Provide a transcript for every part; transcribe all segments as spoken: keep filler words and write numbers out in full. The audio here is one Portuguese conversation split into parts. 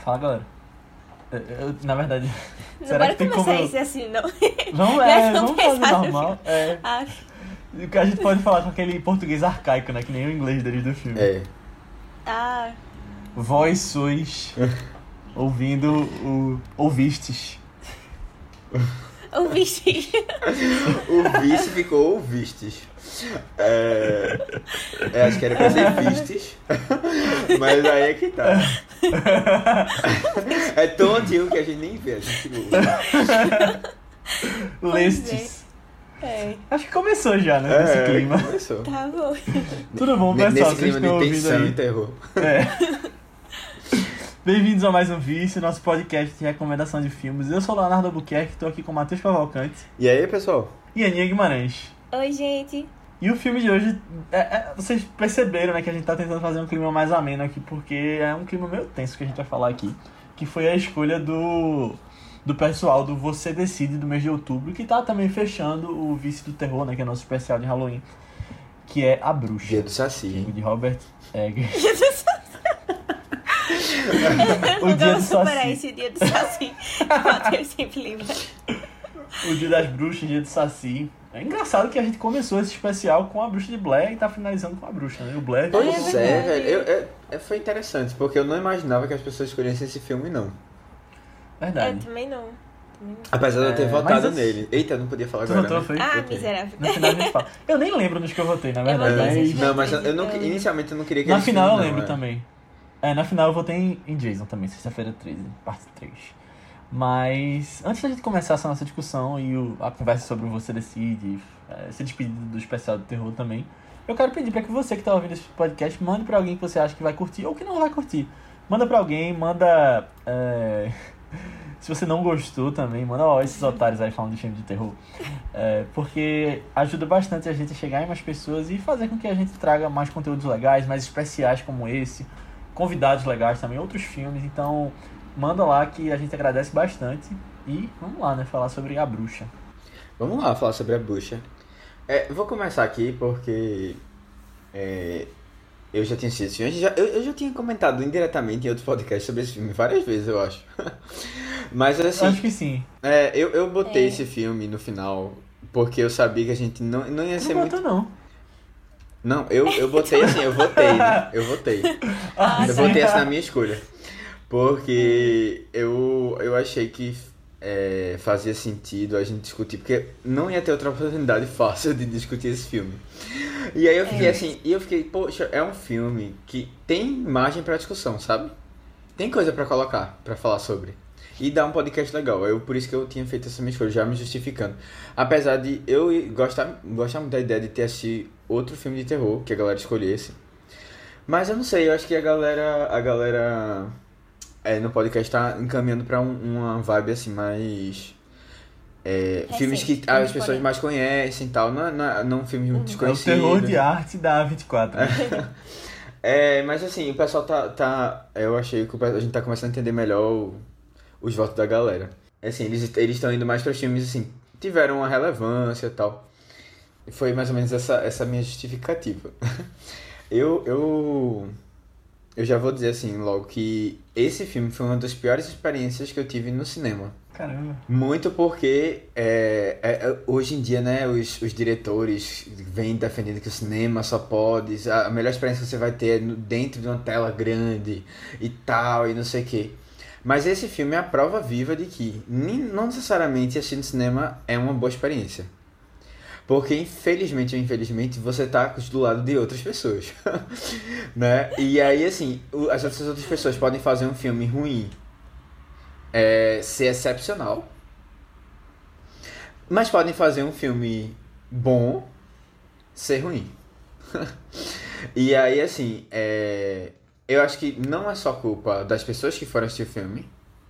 Fala, galera. Eu, eu, na verdade... Não será bora que tem começar como... isso assim, não. Vamos, Já é, vamos vamos fazer pensar no normal. É. Ah, O que a gente pode falar com aquele português arcaico, né? Que nem o inglês deles do filme. É. ah, Vós sois ouvindo o... ouvistes. o bichinho. O vice ficou ouvistes. É... é, acho que era pra ser vistes. Mas aí é que tá. É tão antigo que a gente nem vê, a gente ouve. Lestes. É, Acho que começou já, né? Nesse É, clima. começou. tá bom. Tudo bom, pessoal? Nesse Vocês clima estão de ouvindo tensão aí? e terror. É. Bem-vindos a mais um Vício, nosso podcast de recomendação de filmes. Eu sou o Leonardo Albuquerque, estou aqui com o Matheus Cavalcante E aí, pessoal? e Aninha Guimarães. Oi, gente. E o filme de hoje, é, é, vocês perceberam, né, que a gente tá tentando fazer um clima mais ameno aqui, porque é um clima meio tenso que a gente vai falar aqui, que foi a escolha do, do pessoal do Você Decide do mês de outubro, que tá também fechando o Vício do Terror, né, que é nosso especial de Halloween, que é A Bruxa, Dia do Saci. filme de Robert Eggers. O O dia do Vamos superar Saci. esse dia do Saci. Pode sempre lembrar. O Dia das Bruxas, Dia do Saci. É engraçado que a gente começou esse especial com a Bruxa de Blair e tá finalizando com a Bruxa, né? O Blair... Pois É é, verdade. velho. Eu, eu- é, foi interessante, porque eu não imaginava que as pessoas escolhessem esse filme, não. Eu Verdade. também não. Também não. Apesar de eu ter É, votado mas- nele. Eita, eu não podia falar Tu agora, votou, né? foi? Ah, Votei. miserável. No final a gente fala. Eu nem lembro nos que eu votei, na verdade. votei mas- nesses Não, mas eu, eu não, Eu- inicialmente eu não queria que Na eles final eu filmem, lembro não, é. também. É, na final eu votei em, em Jason também, sexta-feira treze, parte três. Mas, antes da gente começar essa nossa discussão e o- a conversa sobre o Você Decide, é, se despedir do especial do terror também, eu quero pedir pra que você que tá ouvindo esse podcast, mande pra alguém que você acha que vai curtir ou que não vai curtir. Manda pra alguém, manda... é, se você não gostou também, manda ó, esses otários aí falando de filme de terror. É, porque ajuda bastante a gente a chegar em mais pessoas e fazer com que a gente traga mais conteúdos legais, mais especiais como esse, convidados legais também, outros filmes. Então, manda lá que a gente agradece bastante. E vamos lá, né? Falar sobre A Bruxa. Vamos lá falar sobre a bruxa. É, vou começar aqui porque é, eu já tinha assistido esse filme. Já, eu, eu já tinha comentado indiretamente em outros podcasts sobre esse filme várias vezes, eu acho. Mas assim, Acho que sim. é, eu, eu botei É. esse filme no final porque eu sabia que a gente não, não ia Tu ser não muito. botou, não. Não, eu, eu botei assim, eu votei, né? Eu votei. Ah, Eu sim. botei essa na minha escolha. Porque eu, eu achei que é, fazia sentido a gente discutir, porque não ia ter outra oportunidade fácil de discutir esse filme. E aí eu fiquei É. assim, e eu fiquei, poxa, é um filme que tem margem pra discussão, sabe? Tem coisa pra colocar, pra falar sobre. E dá um podcast legal. Eu, por isso que eu tinha feito essa minha escolha, já me justificando. Apesar de eu gostar, gostar muito da ideia de ter assistido outro filme de terror, que a galera escolhesse. Mas eu não sei, eu acho que a galera, a galera é, no podcast tá encaminhando pra um- uma vibe assim, mais... é, Recente, filmes que filmes as pessoas coreanos. mais conhecem e tal, não, não, não filmes muito É o desconhecidos. terror de arte da A vinte e quatro. né? É, mas assim, o pessoal tá, tá. Eu achei que o pe- a gente tá começando a entender melhor o- os votos da galera. Assim, eles eles estão indo mais pra filmes, assim, tiveram uma relevância e tal. E foi mais ou menos essa, essa minha justificativa. Eu, eu. Eu já vou dizer assim, logo, que esse filme foi uma das piores experiências que eu tive no cinema. Caramba. Muito porque é, é, é, hoje em dia, né, os, os diretores vêm defendendo que o cinema só pode, a, a melhor experiência que você vai ter é no- dentro de uma tela grande e tal, e não sei o quê. Mas esse filme é a prova viva de que nem- não necessariamente assistir no cinema é uma boa experiência. Porque, infelizmente ou infelizmente, você tá do lado de outras pessoas. Né? E aí, assim, o- as essas outras pessoas podem fazer um filme ruim, é, ser excepcional, mas podem fazer um filme bom ser ruim. E aí, assim, é, eu acho que não é só culpa das pessoas que foram assistir o filme,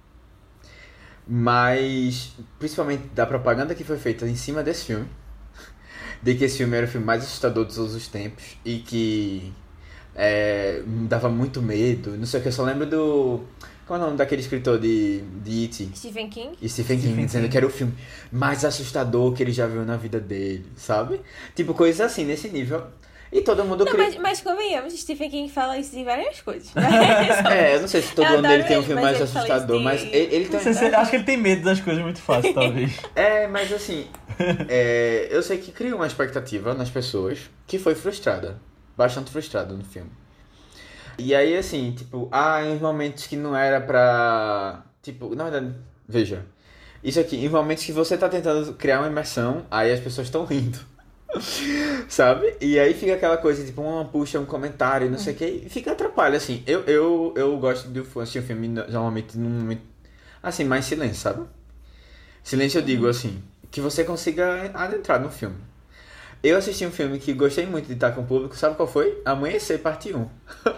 mas principalmente da propaganda que foi feita em cima desse filme, de que esse filme era o filme mais assustador de todos os tempos e que é, me dava muito medo, não sei o que, eu só lembro do... Qual é o nome daquele escritor de, de E T? Stephen King? E Stephen King Stephen dizendo King. que era o filme mais assustador que ele já viu na vida dele, sabe? Tipo, coisas assim, nesse nível. E todo mundo Não, cria... mas, mas convenhamos, Stephen King fala isso em várias coisas. É, eu não sei se todo Eu ano dele adoro tem um ele, filme mas mais ele fala assustador, isso mas de- ele, ele Não tem... sei se ele- acho que ele tem medo das coisas muito fácil, talvez. É, mas assim, é, eu sei que cria uma expectativa nas pessoas que foi frustrada, bastante frustrada no filme. E aí, assim, tipo, ah, em momentos que não era pra... Tipo, na verdade, veja, isso aqui, em momentos que você tá tentando criar uma imersão, aí as pessoas estão rindo. Sabe? E aí fica aquela coisa, tipo, uma puxa um comentário, não sei o que, e fica atrapalha, assim. Eu, eu, eu gosto de assistir um filme normalmente num momento, assim, mais silêncio, sabe? Silêncio eu digo, assim, que você consiga adentrar no filme. Eu assisti um filme que gostei muito de estar com o público, sabe qual foi? Amanhecer, parte um.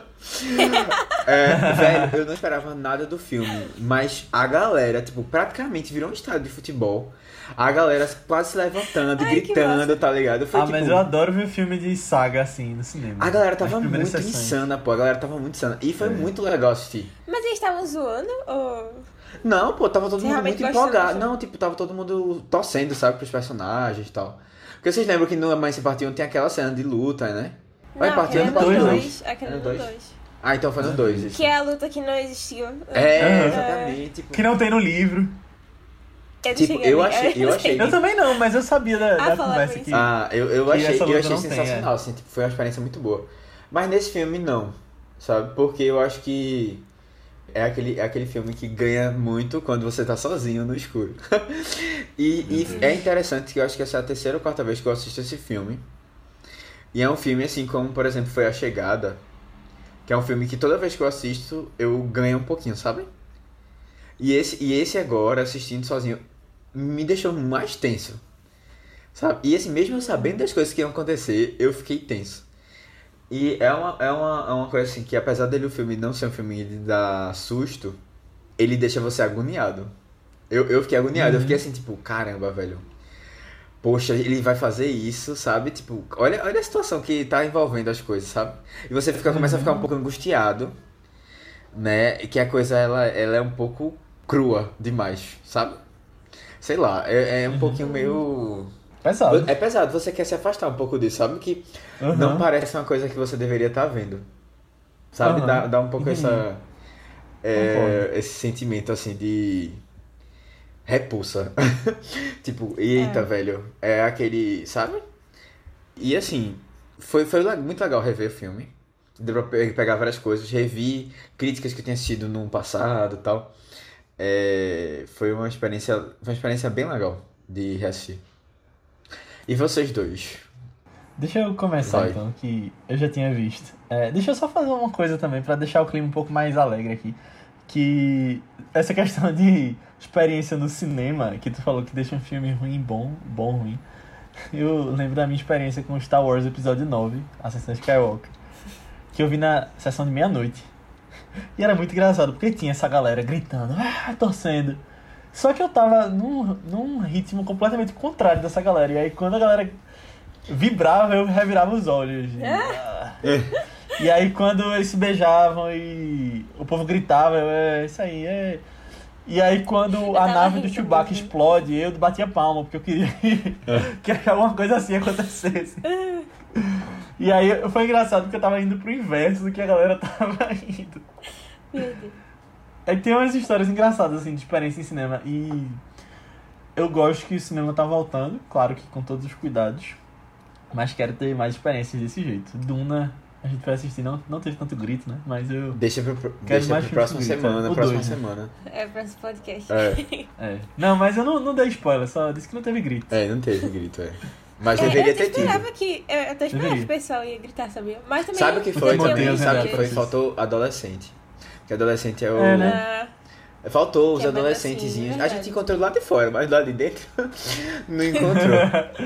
É, velho, eu não esperava nada do filme, mas a galera, tipo, praticamente virou um estádio de futebol. A galera quase se levantando, Ai, que gritando, massa. tá ligado? Foi, Ah, tipo, mas eu adoro ver filme de saga assim no cinema. a galera As tava primeiras muito sessões. insana, pô. A galera tava muito insana. E foi É. muito legal assistir. Mas eles estavam zoando? Ou... Não, pô, tava todo Você mundo realmente muito gostou do empolgado. filme? Não, tipo, tava todo mundo torcendo, sabe, pros personagens e tal. Porque vocês lembram que no Amanhecer Parte um tem aquela cena de luta, né? Vai Não, partindo aquele é parte no dois, dois. dois. Aquele é Era no dois? dois. Ah, então foi no dois. isso. Que é a luta que não existiu. É, Aham. exatamente. Tipo, Que não tem no livro. Eu, não Tipo, cheguei a eu ver. achei- eu achei- Eu também não, mas eu sabia da, Ah, da falava conversa isso. que... ah, eu, eu que achei, essa eu luta achei não tem, sensacional, é. assim, tipo, foi uma experiência muito boa. Mas nesse filme não, sabe? Porque eu acho que é aquele, é aquele filme que ganha muito quando você tá sozinho no escuro. e e é interessante que eu acho que essa é a terceira ou quarta vez que eu assisto esse filme. E é um filme assim como, por exemplo, foi A Chegada, que é um filme que toda vez que eu assisto eu ganho um pouquinho, sabe? E esse, e esse agora, assistindo sozinho, me deixou mais tenso, sabe? E assim, mesmo eu sabendo das coisas que iam acontecer, eu fiquei tenso. E é uma, é uma, é uma coisa assim que, apesar dele o filme não ser um filme de dar susto, ele deixa você agoniado. Eu, eu fiquei agoniado, eu fiquei assim, tipo, caramba, velho. Poxa, ele vai fazer isso, sabe? Tipo, olha, olha a situação que tá envolvendo as coisas, sabe? E você fica, começa a ficar um pouco angustiado, né? E que a coisa, ela, ela é um pouco crua demais, sabe? Sei lá, é, é um pouquinho meio... Pesado. É pesado, você quer se afastar um pouco disso, sabe? Que Aham. não parece uma coisa que você deveria estar vendo. Sabe? Aham. Dá, dá um pouco Entendi. essa... é, Concordo. esse sentimento, assim, de... repulsa. Tipo, eita, É. velho. É aquele... Sabe? E assim, foi, foi le- muito legal rever o filme. Deu pra pe- pegar várias coisas. Revi críticas que eu tinha assistido no passado e tal. É, foi uma experiência, foi uma experiência bem legal de reassistir. E vocês dois? Deixa eu começar Vai. então, que eu já tinha visto. É, deixa eu só fazer uma coisa também, pra deixar o clima um pouco mais alegre aqui. Que essa questão de experiência no cinema, que tu falou que deixa um filme ruim, bom, bom, ruim. Eu lembro da minha experiência com Star Wars Episódio nove, Ascensão Skywalker, que eu vi na sessão de meia-noite. E era muito engraçado, porque tinha essa galera gritando, ah, torcendo. Só que eu tava num, num ritmo completamente contrário dessa galera. E aí quando a galera vibrava, eu revirava os olhos. E, ah. E aí quando eles se beijavam e o povo gritava, eu, é isso aí, é... E aí quando a tava nave do rindo Chewbacca também. explode, eu batia palma, porque eu queria que alguma coisa assim acontecesse. E aí foi engraçado porque eu tava indo pro inverso do que a galera tava indo. Meu Deus. É que tem umas histórias engraçadas, assim, de experiência em cinema. E eu gosto que o cinema tá voltando, claro que com todos os cuidados. Mas quero ter mais experiências desse jeito. Duna, a gente foi assistir, não, não teve tanto grito, né? Mas eu... Deixa pro, pro- deixa mais pra filmes próxima com grito, semana, o próxima dois, né? semana. É pra esse podcast. É, É. Não, mas eu não, não dei spoiler, só disse que não teve grito. é, não teve grito, é. Mas É, deveria eu ter tido. esperava que. Eu, eu até esperava Deveria. que o pessoal ia gritar, sabia? Mas também. Sabe o que não foi tinha também? Deus, Sabe o né, que foi? Francisco? Faltou adolescente. Porque adolescente é o... É, né? Ah, Faltou os Que é mais adolescentezinhos. assim, a verdade. gente encontrou lá de fora, mas lá de dentro não encontrou.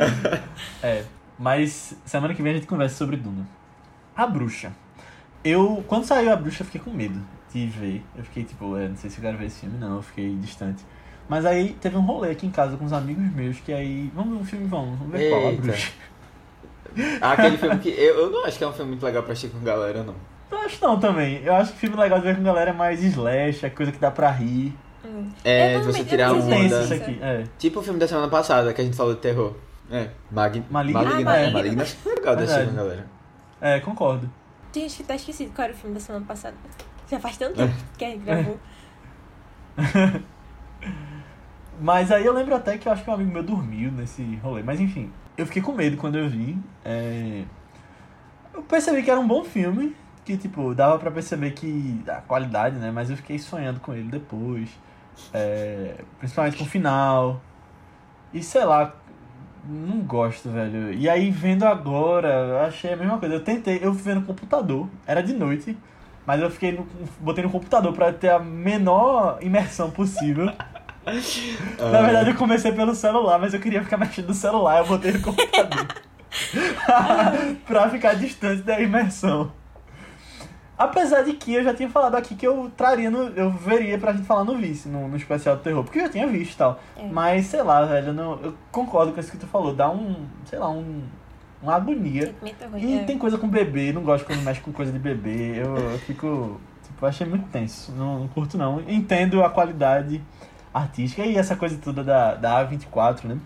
É, mas semana que vem a gente conversa sobre Duna. A Bruxa. Eu, quando saiu A Bruxa, eu fiquei com medo de ver. Eu fiquei tipo, é, não sei se eu quero ver esse filme, não. Eu fiquei distante. Mas aí teve um rolê aqui em casa com uns amigos meus que aí, vamos ver um filme, vamos, vamos ver qual, A Eita. Bruxa. Aquele filme que... Eu, eu não acho que é um filme muito legal pra assistir com galera, não. Eu acho não também. Eu acho que filme legal de ver com galera é mais slash, é coisa que dá pra rir. hum. É, Eu você também- tirar eu a não Tem sei onda. isso se aqui, é. Tipo o filme da semana passada que a gente falou de terror. É. Mag... Maligna. Maligna. Ah, É, Maligna. Maligna é legal desse Verdade. filme, galera. É, concordo. Tem gente que tá esquecido qual era o filme da semana passada. Já faz tanto tempo que a gente gravou. Mas aí eu lembro até que eu acho que um amigo meu dormiu nesse rolê. Mas enfim, eu fiquei com medo quando eu vi. É... Eu percebi que era um bom filme. Que, tipo, dava pra perceber que a qualidade, né? Mas eu fiquei sonhando com ele depois. É... Principalmente com o final. E sei lá, não gosto, velho. E aí, vendo agora, eu achei a mesma coisa. Eu tentei, eu fui no computador, era de noite, mas eu fiquei no, botei no computador pra ter a menor imersão possível. Na verdade, eu comecei pelo celular, mas eu queria ficar mexendo no celular, eu botei no computador. Pra ficar distante da imersão. Apesar de que eu já tinha falado aqui que eu traria, no, eu veria pra gente falar no Vice, no, no especial do terror, porque eu já tinha visto e tal. É. Mas, sei lá, velho, eu, não, eu concordo com isso que tu falou, dá um, sei lá, um, uma agonia. Sentimento ruim, E é. tem coisa com bebê, não gosto quando mexe com coisa de bebê, eu, eu fico, tipo, eu achei muito tenso, não, não curto não. Entendo a qualidade artística e essa coisa toda da, da A vinte e quatro, né?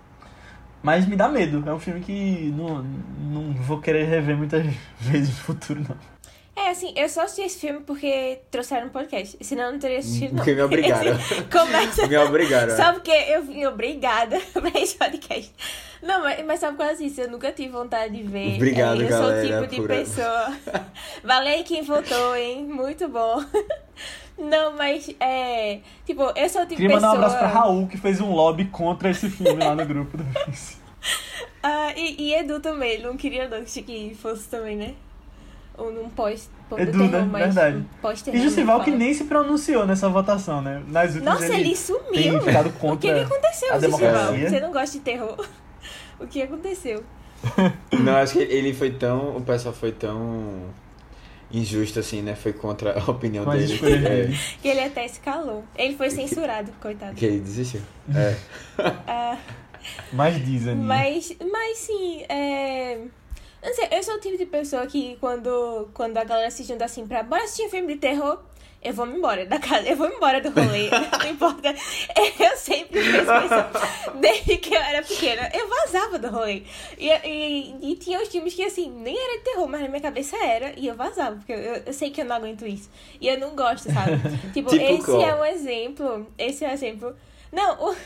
Mas me dá medo, é um filme que não, não vou querer rever muitas vezes no futuro, não. É, assim, eu só assisti esse filme porque trouxeram no podcast. Senão eu não teria assistido, não. Porque me obrigaram. Esse, começa... Me obrigaram. Só porque eu vim obrigada pra esse podcast. Não, mas, mas sabe quase isso? Eu nunca tive vontade de ver. Obrigado, é, eu galera, sou o tipo de por- pessoa... Valeu quem votou, hein? Muito bom. Não, mas, é... Tipo, eu sou o tipo de Queria mandar pessoa... um abraço pra Raul, que fez um lobby contra esse filme lá no grupo do Vice. Ah, e, e Edu também. Ele não queria não que fosse também, né? Ou num pós... Edu, terror, né? mas Verdade. um pós-terror, E Jussival né, que fala. nem se pronunciou nessa votação, né? Nas últimas Nossa, ele sumiu. tem ficado O que, contra que aconteceu, a Jussival? democracia. Você não gosta de terror? O que aconteceu? Não, acho que ele foi tão. O pessoal foi tão injusto assim, né? Foi contra a opinião Com as dele. escolhas É, dele. Que ele até se calou. Ele foi censurado, coitado. que ele desistiu. É. Ah, Mas diz, Aninha. mas, mas sim, é... Não sei, eu sou o tipo de pessoa que quando, quando a galera se junta assim pra bora assistir um filme de terror, eu vou me embora da casa, eu vou me embora do rolê, não importa. Eu sempre fiz isso, desde que eu era pequena, eu vazava do rolê. E, e, e tinha os filmes que, assim, nem era de terror, mas na minha cabeça era, e eu vazava, porque eu, eu sei que eu não aguento isso. E eu não gosto, sabe? Tipo, Tipo esse qual? é um exemplo, esse é um exemplo... Não, o,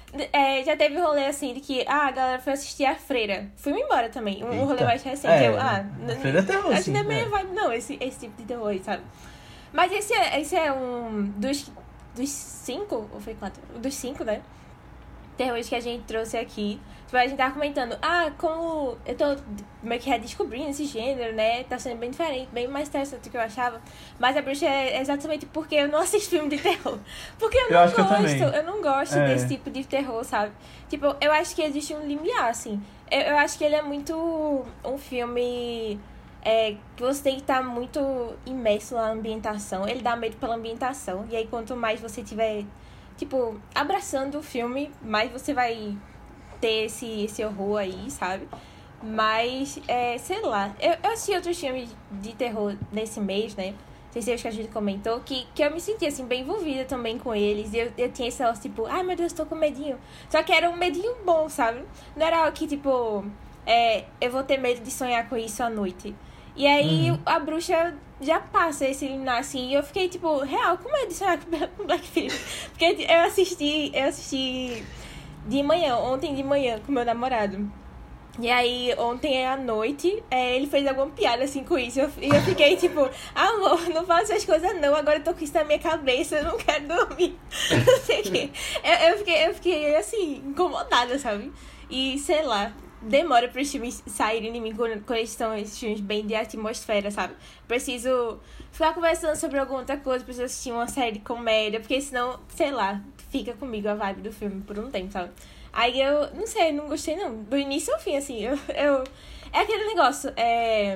é, já teve rolê assim de que, ah, a galera foi assistir A Freira. Fui-me embora também, um Eita. rolê mais recente. É, eu, ah, A Freira é terror, acho que sim, não é minha é. vibe, não, esse, esse tipo de terror aí, sabe? Mas esse é, esse é um dos, dos cinco, ou foi quatro? Dos cinco, né? Terrores que a gente trouxe aqui. Tipo, a gente tava comentando, ah, como eu tô meio que redescobrindo esse gênero, né? Tá sendo bem diferente, bem mais interessante do que eu achava. Mas a bruxa é exatamente porque eu não assisto filme de terror. Porque eu Eu não acho que eu gosto, também. eu, não gosto É. desse tipo de terror, sabe? Tipo, eu acho que existe um limiar, assim. Eu, eu acho que ele é muito um filme... É, que você tem que estar muito imerso na ambientação. Ele dá medo pela ambientação. E aí, quanto mais você tiver, tipo, abraçando o filme, mais você vai ter esse, esse horror aí, sabe? Mas, é, sei lá. Eu, eu assisti outros filmes de terror nesse mês, né? Não sei se é os que a gente comentou, que, que eu me senti, assim, bem envolvida também com eles. E eu, eu tinha esse negócio, tipo, ai, meu Deus, tô com medinho. Só que era um medinho bom, sabe? Não era algo que, tipo, é, eu vou ter medo de sonhar com isso à noite. E aí, Uhum. a bruxa já passa esse limiar, assim, e eu fiquei, tipo, real, como é de sonhar com Black Phillip? Porque eu assisti, eu assisti de manhã, ontem de manhã, com meu namorado. E aí, ontem à noite, é, ele fez alguma piada, assim, com isso. E eu, e eu fiquei, tipo, amor, não faça essas coisas, não. Agora eu tô com isso na minha cabeça, eu não quero dormir. Não sei o quê. Eu, eu, fiquei, eu fiquei, assim, incomodada, sabe? E, sei lá, demora para os filmes saírem de mim quando, quando eles são esses filmes bem de atmosfera, sabe? Preciso ficar conversando sobre alguma outra coisa, preciso assistir uma série de comédia, porque senão, sei lá, fica comigo a vibe do filme por um tempo, sabe? Aí eu, não sei, não gostei não. Do início ao fim, assim, eu... eu é aquele negócio, é...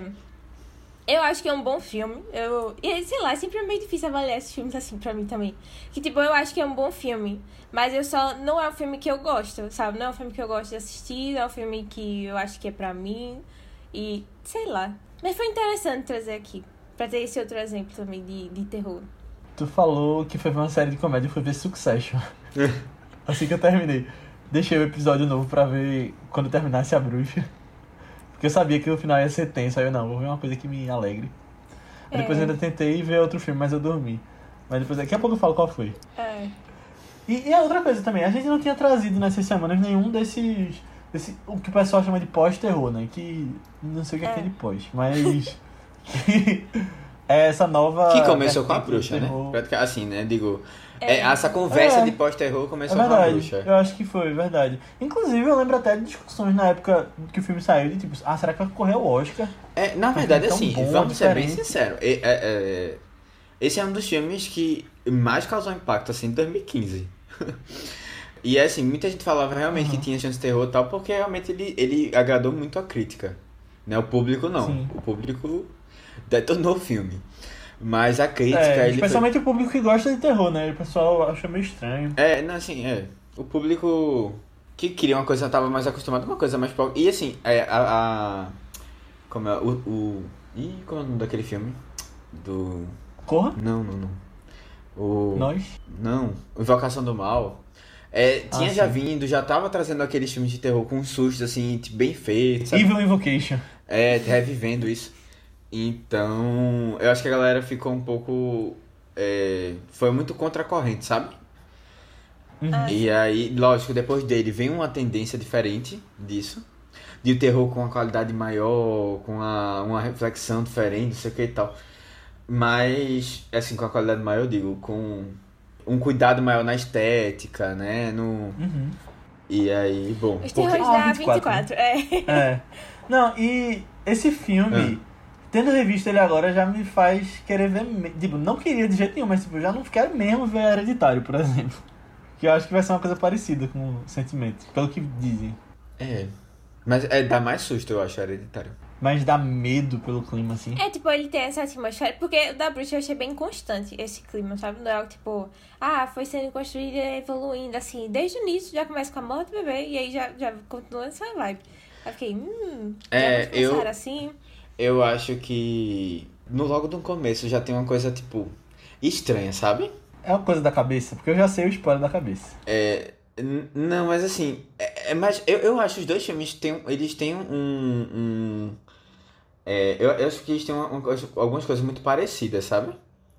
Eu acho que é um bom filme. Eu, e, sei lá, é sempre meio difícil avaliar esses filmes assim pra mim também. Que, tipo, eu acho que é um bom filme. Mas eu só... Não é um filme que eu gosto, sabe? Não é um filme que eu gosto de assistir. Não é um filme que eu acho que é pra mim. E, sei lá. Mas foi interessante trazer aqui. Pra ter esse outro exemplo também de, de terror. Tu falou que foi ver uma série de comédia e foi ver Succession. Assim que eu terminei. Deixei o episódio novo pra ver quando terminasse a bruxa. Porque eu sabia que o final ia ser tenso, aí eu não, vou ver uma coisa que me alegre. Aí depois É. eu ainda tentei ver outro filme, mas eu dormi. Mas depois, daqui a pouco eu falo qual foi. É. E, e a outra coisa também, a gente não tinha trazido nessas semanas nenhum desses... Desse, o que o pessoal chama de pós-terror, né? Que não sei o que é, É. que é de pós, mas... que é essa nova... Que começou com a vertente do bruxa, né? terror. Pratica- Assim, né? Digo, É. é, essa conversa É. de pós-terror É começou com a verdade, bruxa. eu acho que foi, verdade. Inclusive, eu lembro até de discussões na época que o filme saiu, de tipo, ah, será que vai correr o Oscar? É, na Um verdade, filme tão assim, bom, vamos ser bem diferente. sinceros. É, é, é, esse é um dos filmes que mais causou impacto, assim, em dois mil e quinze. E, assim, muita gente falava realmente Uhum. que tinha chance de terror e tal, porque realmente ele, ele agradou muito a crítica. Né? O público não. Sim. O público detonou o filme. Mas a crítica... É, ele especialmente o público que gosta de terror, né? O pessoal acha meio estranho. Foi... É, não, assim, é. O público que queria uma coisa, tava mais acostumado a uma coisa mais... pop- E, assim, é, a... a- como é? O... o... Ih, como é o nome daquele filme? Do... Corra, Não, não, não. O... nós. Não, Invocação do Mal. É, tinha Ah, já sim. vindo, já tava trazendo aqueles filmes de terror com sustos, assim, tipo, bem feitos, sabe? Evil Invocation. É, revivendo isso. Então, eu acho que a galera ficou um pouco... é, foi muito contra a corrente, sabe? Uhum. Ah, E aí, lógico, depois dele vem uma tendência diferente disso. De o terror com uma qualidade maior, com a, uma reflexão diferente, não sei o que e tal. Mas, assim, com a qualidade maior, eu digo, com um cuidado maior na estética, né? No... Uhum. E aí, bom... Os porque- terrores Ah, da vinte e quatro, vinte e quatro, é. É. Não, e esse filme, tendo revisto ele agora, já me faz querer ver... me- Tipo, não queria de jeito nenhum, mas tipo, já não quero mesmo ver Hereditário, por exemplo. Que eu acho que vai ser uma coisa parecida com o Sentimento, pelo que dizem. É. Mas é, dá mais susto, eu acho, Hereditário. Mas dá medo pelo clima, assim. É, tipo, ele tem essa atmosfera. Porque o da bruxa eu achei bem constante esse clima, sabe? Não é algo tipo, ah, foi sendo construído e evoluindo, assim. Desde o início já começa com a morte do bebê e aí já, já continua essa vibe. Aí fiquei, hum, já É, vamos começar eu- assim. Eu acho que no logo do começo já tem uma coisa, tipo, estranha, sabe? É uma coisa da cabeça, porque eu já sei o spoiler da cabeça. É, n- não, mas assim, é, é mais, eu, eu acho que os dois filmes têm, eles têm um, um é, eu, eu acho que eles têm uma- uma coisa- algumas coisas muito parecidas, sabe?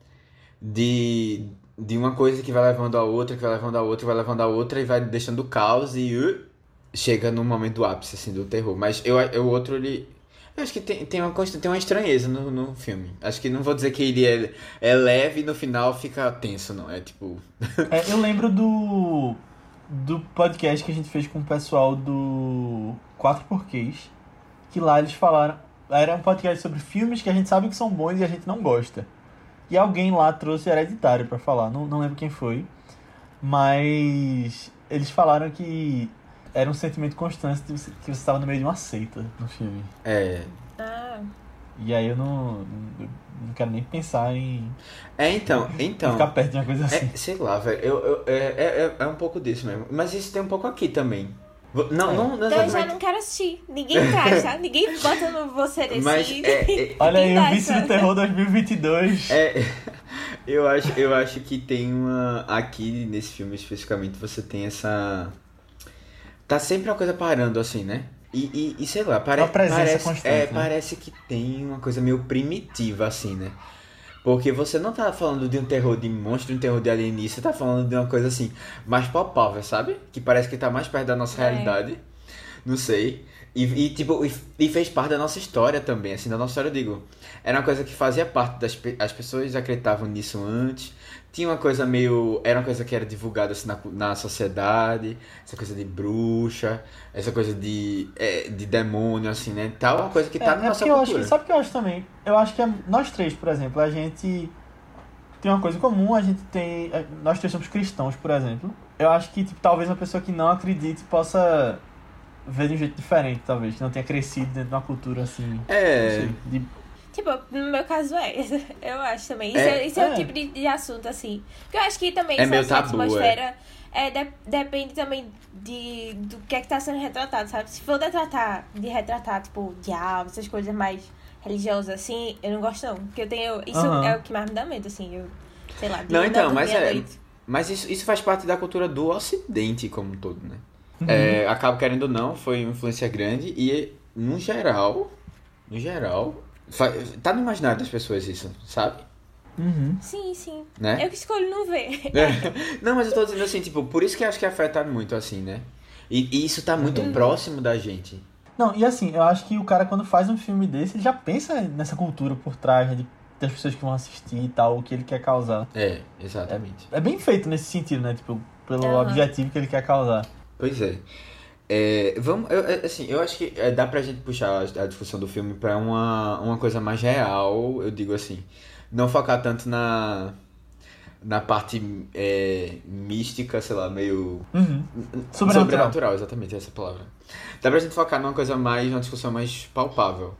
De, de uma coisa que vai levando a outra, que vai levando a outra, que vai levando a outra e vai deixando o caos e uh, chega no momento do ápice, assim, do terror. Mas eu, eu, o outro, ele... Eu acho que tem, tem, uma, const- tem uma estranheza no, no filme. Acho que não vou dizer que ele é, é leve e no final fica tenso, não. É tipo... É, eu lembro do, do podcast que a gente fez com o pessoal do Quatro Porquês, que lá eles falaram... Era um podcast sobre filmes que a gente sabe que são bons e a gente não gosta. E alguém lá trouxe Hereditário pra falar, não, não lembro quem foi, mas eles falaram que era um sentimento constante de você, que você estava no meio de uma seita no filme. É... Ah, E aí eu não, eu não quero nem pensar em É, então, então... ficar perto de uma coisa assim. É, sei lá, velho, eu, eu, é, é, é um pouco disso mesmo. Mas isso tem um pouco aqui também. Vo- Não, É. não, não então eu já exatamente. não quero assistir. Ninguém traz, tá? Ninguém bota no você desse. Mas é, é, Olha aí, Ninguém o dá Vice essa- do Terror dois mil e vinte e dois. é, eu, acho, eu acho que tem uma... Aqui, nesse filme especificamente, você tem essa... Tá sempre uma coisa parando, assim, né? E, e, e sei lá, pare, Uma presença parece, constante, é, né? parece que tem uma coisa meio primitiva, assim, né? Porque você não tá falando de um terror de monstro, um terror de alienígena, você tá falando de uma coisa assim, mais palpável, sabe? Que parece que tá mais perto da nossa É. realidade. Não sei. E, e, tipo, e, e fez parte da nossa história também, assim, da nossa história, eu digo. Era uma coisa que fazia parte das pe- as pessoas acreditavam nisso antes. Tinha uma coisa meio... Era uma coisa que era divulgada assim, na, na sociedade. Essa coisa de bruxa, essa coisa de, é, de demônio, assim, né? Tal, uma coisa que tá É, na é nossa porque eu acho cultura. que, sabe o que eu acho também? Eu acho que é- nós três, por exemplo, a gente tem uma coisa em comum, a gente tem... é, Nós três somos cristãos, por exemplo. Eu acho que, tipo, talvez uma pessoa que não acredite possa ver de um jeito diferente, talvez. Que não tenha crescido dentro de uma cultura assim... não É... sei, de- Tipo, no meu caso é. Eu acho também. Isso É. é, isso é, É. o tipo de, de assunto, assim. Porque eu acho que também É essa, meio essa tabu, atmosfera é, de- depende também de, do que é que tá sendo retratado, sabe? Se for de retratar, de retratar, tipo, diabo, essas coisas mais religiosas, assim, eu não gosto não. Porque eu tenho... Isso Aham. é o que mais me dá medo, assim. Eu, sei lá, de Não, então, dormir mas à é... noite. Mas isso, isso faz parte da cultura do Ocidente como um todo, né? Uhum. É, acaba querendo ou não, foi uma influência grande e no geral, no geral, fa- tá no imaginário das pessoas isso, sabe? Uhum. Sim, sim. Né? Eu que escolho não ver. É. Não, mas eu tô dizendo assim, tipo, por isso que eu acho que afeta muito, assim, né? E, e isso tá muito Uhum. próximo da gente. Não, e assim, eu acho que o cara quando faz um filme desse, ele já pensa nessa cultura por trás, né, de, das pessoas que vão assistir e tal, o que ele quer causar. É, exatamente. É bem feito nesse sentido, né? Tipo, pelo Aham. objetivo que ele quer causar. Pois é. É, vamos, eu, é, assim, eu acho que é, dá pra gente puxar a, a discussão do filme pra uma, uma coisa mais real, eu digo assim. Não focar tanto na, na parte é, mística, sei lá, meio... Uhum. Sobrenatural. Sobrenatural, exatamente, essa palavra. Dá pra gente focar numa coisa mais, numa discussão mais palpável.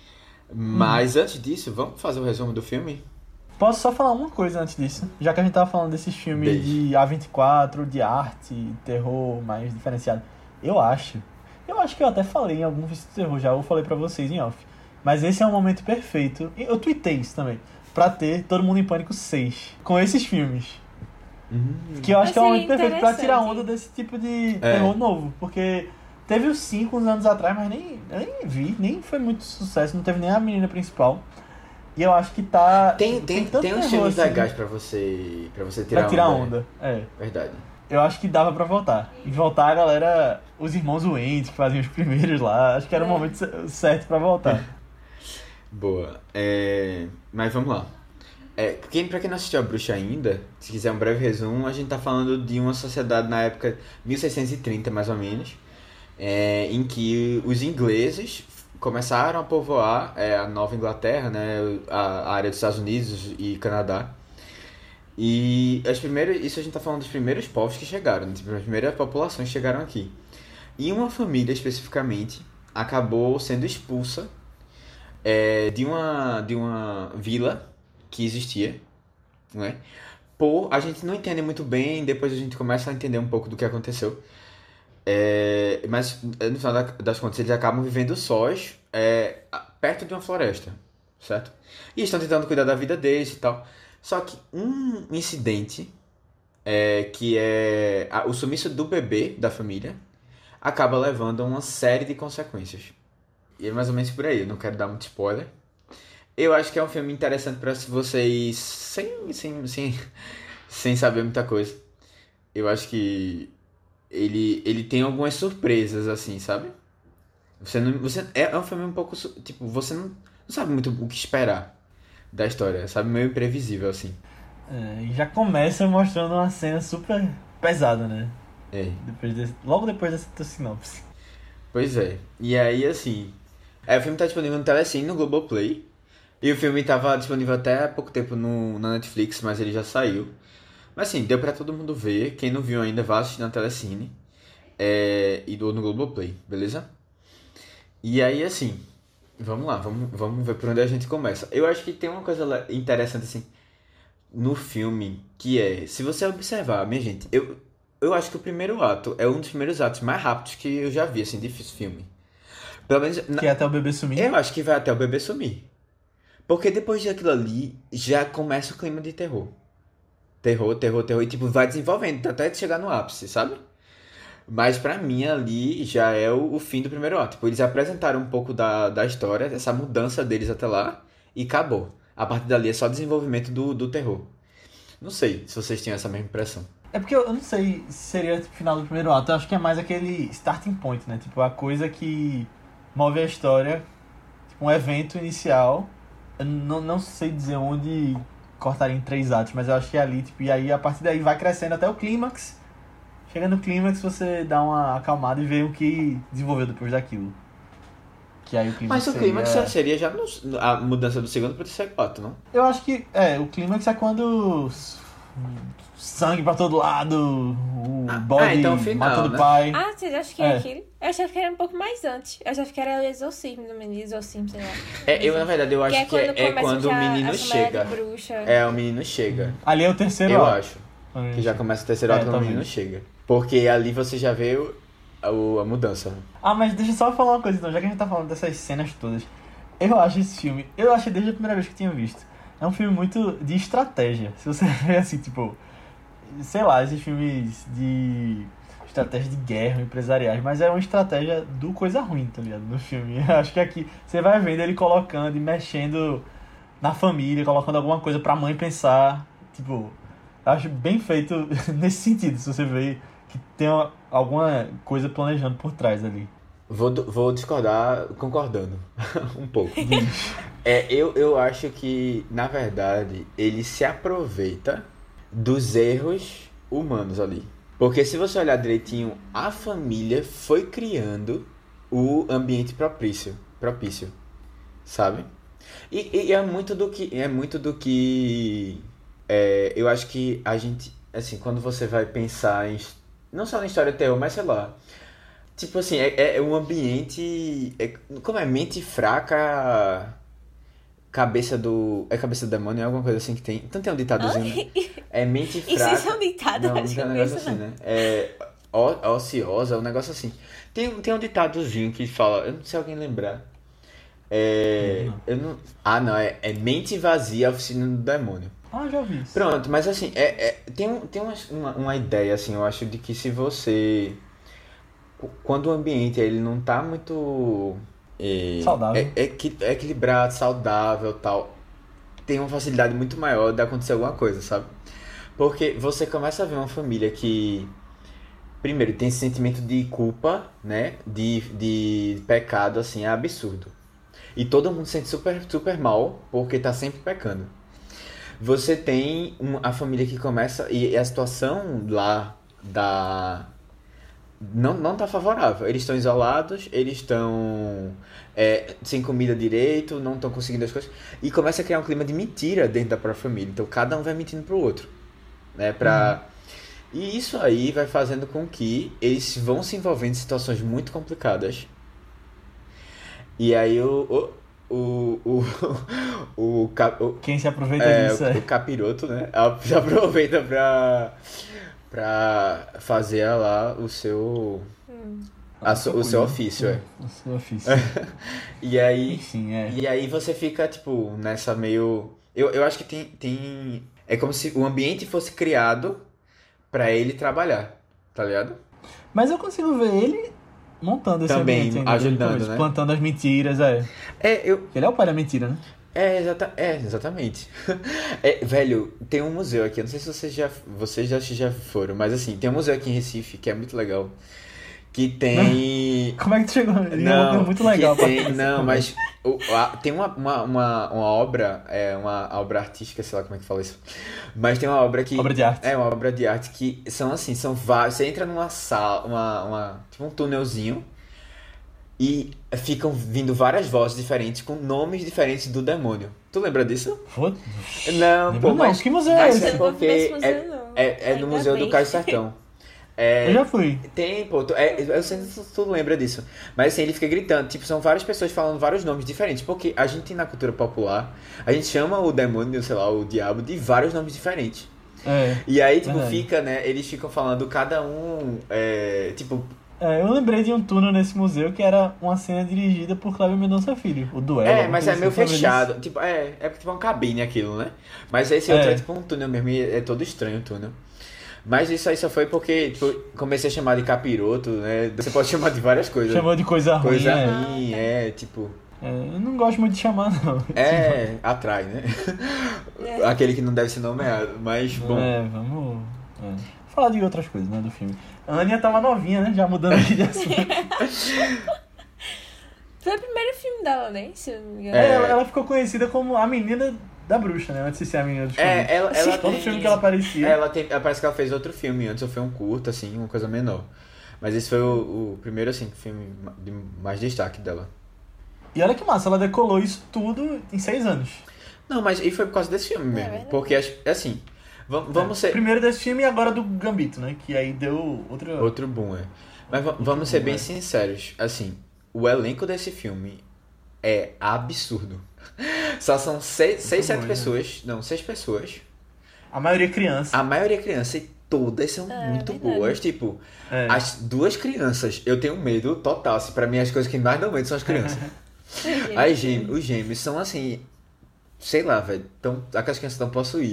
Mas antes disso, vamos fazer o resumo do filme? Posso só falar uma coisa antes disso? Já que a gente tava falando desses filmes Deixe. de A vinte e quatro, de arte, terror mais diferenciado. Eu acho. Eu acho que eu até falei em algum filme de terror já, eu falei pra vocês em off. Mas esse é um momento perfeito. e Eu tuitei isso também. Pra ter Todo Mundo em Pânico seis. Com esses filmes. Que eu acho Mas que é um momento seria perfeito pra tirar interessante. onda desse tipo de É. terror novo. Porque teve o cinco uns anos atrás, mas nem, eu nem vi, nem foi muito sucesso. Não teve nem a menina principal. E eu acho que tá. Tem, tem, tanto tem uns terror, filmes assim, legais pra você, pra você tirar pra tirar onda. onda. É. Verdade. Eu acho que dava pra voltar. E voltar a galera, os irmãos Wayans, que faziam os primeiros lá. Acho que era o É. momento c- certo pra voltar. Boa. É, mas vamos lá. É, quem, pra quem não assistiu a Bruxa ainda, se quiser um breve resumo, a gente tá falando de uma sociedade na época mil seiscentos e trinta, mais ou menos, é, em que os ingleses começaram a povoar é, a Nova Inglaterra, né, a, a área dos Estados Unidos e Canadá. E as primeiras, isso a gente tá falando dos primeiros povos que chegaram, né, as primeiras populações que chegaram aqui. E uma família, especificamente, acabou sendo expulsa é, de, uma, de uma vila que existia, né? Por, a gente não entende muito bem, depois a gente começa a entender um pouco do que aconteceu. É, mas, no final da- das contas, eles acabam vivendo sós é, a- perto de uma floresta, certo? E estão tentando cuidar da vida deles e tal. Só que um incidente, é, que é a- o sumiço do bebê da família, acaba levando a uma série de consequências. E é mais ou menos por aí, eu não quero dar muito spoiler. Eu acho que é um filme interessante para vocês, sem, sem, sem, sem saber muita coisa. Eu acho que ele, ele tem algumas surpresas, assim, sabe? Você não, você, é é um filme um pouco, su- tipo, você não, não sabe muito o que esperar da história, sabe? Meio imprevisível, assim. É, e já começa mostrando uma cena super pesada, né? É. Depois desse- logo depois dessa tua sinopse. Pois é. E aí, assim... É, o filme tá disponível no Telecine, no Globoplay. E o filme tava disponível até há pouco tempo no, na Netflix, mas ele já saiu. Mas assim, deu pra todo mundo ver. Quem não viu ainda, vá assistir na Telecine. É, e do no Globoplay, beleza? E aí, assim... Vamos lá, vamos, vamos ver por onde a gente começa. Eu acho que tem uma coisa le- interessante, assim... No filme, que é... Se você observar, minha gente... Eu, eu acho que o primeiro ato é um dos primeiros atos mais rápidos que eu já vi, assim, de filme. Pelo menos... na- Que é até o bebê sumir. eu acho que vai até o bebê sumir. Porque depois daquilo ali, já começa o clima de terror. Terror, terror, terror. E tipo, vai desenvolvendo até chegar no ápice, sabe? Mas pra mim ali já é o, o fim do primeiro ato. Tipo, eles apresentaram um pouco da, da história, essa mudança deles até lá, e acabou. A partir dali é só desenvolvimento do, do terror. Não sei se vocês tinham essa mesma impressão. É porque eu eu não sei se seria tipo, o final do primeiro ato. Eu acho que é mais aquele starting point, né? Tipo, a coisa que move a história. Tipo, um evento inicial. Eu não, não sei dizer onde cortaria em três atos, mas eu acho que é ali, tipo, e aí a partir daí vai crescendo até o clímax. Chega no clímax, você dá uma acalmada e vê o que desenvolveu depois daquilo. Que aí o clímax Mas o clímax seria... seria já no- a mudança do segundo pro terceiro ato, não? Eu acho que, é, o clímax é quando s- sangue pra todo lado, o Ah, body ah, então o final, matando né? o pai. Ah, vocês acham que É. é aquilo? Eu achava que era um pouco mais antes. Eu achava que era o exorcismo do menino, exorcismo, sei lá. É, eu, na verdade, eu acho que, é, é começa quando o já menino a chamada chega. de bruxa. É, o menino chega. Ali é o terceiro Eu ato. acho. Que já começa o terceiro É, ato quando o talvez. menino chega. Porque ali você já vê o, a, a mudança. Ah, mas deixa eu só falar uma coisa então, já que a gente tá falando dessas cenas todas. Eu acho esse filme, eu achei desde a primeira vez que eu tinha visto, é um filme muito de estratégia. Se você ver assim, tipo, sei lá, esses filmes de estratégias de guerra, empresariais, mas é uma estratégia do coisa ruim, tá ligado? No filme. Eu acho que aqui você vai vendo ele colocando e mexendo na família, colocando alguma coisa pra mãe pensar. Tipo, eu acho bem feito nesse sentido, se você vê que tem uma, alguma coisa planejando por trás ali. Vou, vou discordar concordando um pouco. É, eu, eu acho que, na verdade, ele se aproveita dos erros humanos ali. Porque se você olhar direitinho, a família foi criando o ambiente propício, propício, sabe? E, e é muito do que... É muito do que é, eu acho que a gente... Assim, quando você vai pensar em... Não só na história de terror, mas sei lá... Tipo assim, é, é um ambiente... É, como é? Mente fraca... Cabeça do... É cabeça do demônio? É alguma coisa assim que tem... Então tem um ditadozinho, né? É mente fraca... Isso é um ditado, Não, não acho tem um que negócio isso assim, não. né? É ó- ociosa, um negócio assim. Tem, tem um ditadozinho que fala... Eu não sei se alguém lembrar. É... Não. Eu não... Ah, não. É, é mente vazia, oficina do demônio. Ah, já vi isso. Pronto, mas assim... É, é, tem um, tem uma, uma, uma ideia, assim, eu acho, de que se você... Quando o ambiente ele não tá muito... É, Saudável. É, equi- é equilibrado, saudável, tal, tem uma facilidade muito maior de acontecer alguma coisa, sabe? Porque você começa a ver uma família que, primeiro, tem esse sentimento de culpa, né? De, de pecado, assim, é absurdo. E todo mundo se sente super, super mal porque tá sempre pecando. Você tem um- a família que começa... E a situação lá da... Não, não tá favorável. Eles estão isolados, eles estão é, sem comida direito, não estão conseguindo as coisas. E começa a criar um clima de mentira dentro da própria família. Então cada um vai mentindo pro outro. Né? Pra... E isso aí vai fazendo com que eles vão se envolvendo em situações muito complicadas. E aí o... o, o, o, o, ca- o, Quem se aproveita é, disso o, é... o capiroto, né? Se aproveita pra, pra fazer lá o seu, a su- o seu ofício, é. O seu ofício. E aí, Enfim, é. e aí você fica, tipo, nessa meio... Eu, eu acho que tem, tem... É como se o ambiente fosse criado pra ele trabalhar, tá ligado? Mas eu consigo ver ele montando esse Também, ambiente ainda, ajudando, desde o começo, né? plantando as mentiras, é. É, eu... Ele é o pai da mentira, né? É, exata, é, exatamente. É, velho, tem um museu aqui, eu não sei se vocês já, vocês já, já foram, mas assim, tem um museu aqui em Recife que é muito legal, que tem... Como é que tu chegou? Ele é uma Não, coisa muito legal. que pra tem, fazer não, essa mas o- a- tem uma, uma, uma, uma obra, é uma obra artística, sei lá como é que fala isso, mas tem uma obra que... Obra de arte. É, uma obra de arte que são assim, são vários, você entra numa sala, uma, uma, tipo um túnelzinho, e ficam vindo várias vozes diferentes com nomes diferentes do demônio. Tu lembra disso? Foda. Não, Lembro pô, não, mas... que museu é mas esse? é Eu não vou porque nesse museu, é, não. é, é no Ainda Museu bem. do Caio Sertão. É, Eu já fui. tem, pô, tu, é, eu sei se tu lembra disso. Mas assim, ele fica gritando, tipo, são várias pessoas falando vários nomes diferentes. Porque a gente na cultura popular, a gente chama o demônio, sei lá, o diabo, de vários nomes diferentes. É. E aí, tipo, Verdade. fica, né, eles ficam falando cada um, é, tipo, É, eu lembrei de um túnel nesse museu que era uma cena dirigida por Cláudio Mendonça Filho, o duelo. é, alguma mas coisa é meio assim, lembra fechado. Tipo, é, é tipo uma cabine aquilo, né? Mas esse outro É. é tipo um túnel mesmo, e é todo estranho o túnel. Mas isso aí só foi porque, tipo, comecei a chamar de capiroto, né? Você pode chamar de várias disso? coisas. Chamou de coisa ruim, Coisa é. ruim, é, tipo... É, eu não gosto muito de chamar, não. É, atrai, né? Aquele que não deve ser nomeado, mas bom. É, vamos... é. Falar de outras coisas, né, do filme. A Aninha tava novinha, né? Já mudando aqui de assunto. Foi o primeiro filme dela, né? Se eu não me engano. É, ela, ela ficou conhecida como a menina da bruxa, né? Antes de ser a menina dos filmes. É, ela, ela Todo tem... filme que ela aparecia. Ela tem, parece que ela fez outro filme antes, ou foi um curto, assim, uma coisa menor. Mas esse foi o, o primeiro, assim, filme de mais destaque dela. E olha que massa, ela decolou isso tudo em seis anos. Não, mas e foi por causa desse filme mesmo. verdade. Porque, acho- assim, vamos, vamos ser... Primeiro desse filme e agora do Gambito, né? Que aí deu outra... Outro boom, é. Mas va- vamos ser boom, bem é. sinceros. Assim, o elenco desse filme é absurdo. Só são seis, seis bom, sete né? pessoas. Não, seis pessoas. A maioria criança. A maioria é criança e todas são É, muito verdade. boas. Tipo, É. as duas crianças, eu tenho medo total. Assim, pra mim, as coisas que mais dão medo são as crianças. As gêmeos, os gêmeos são assim... Sei lá, velho. Tão, aquelas crianças estão possuídas.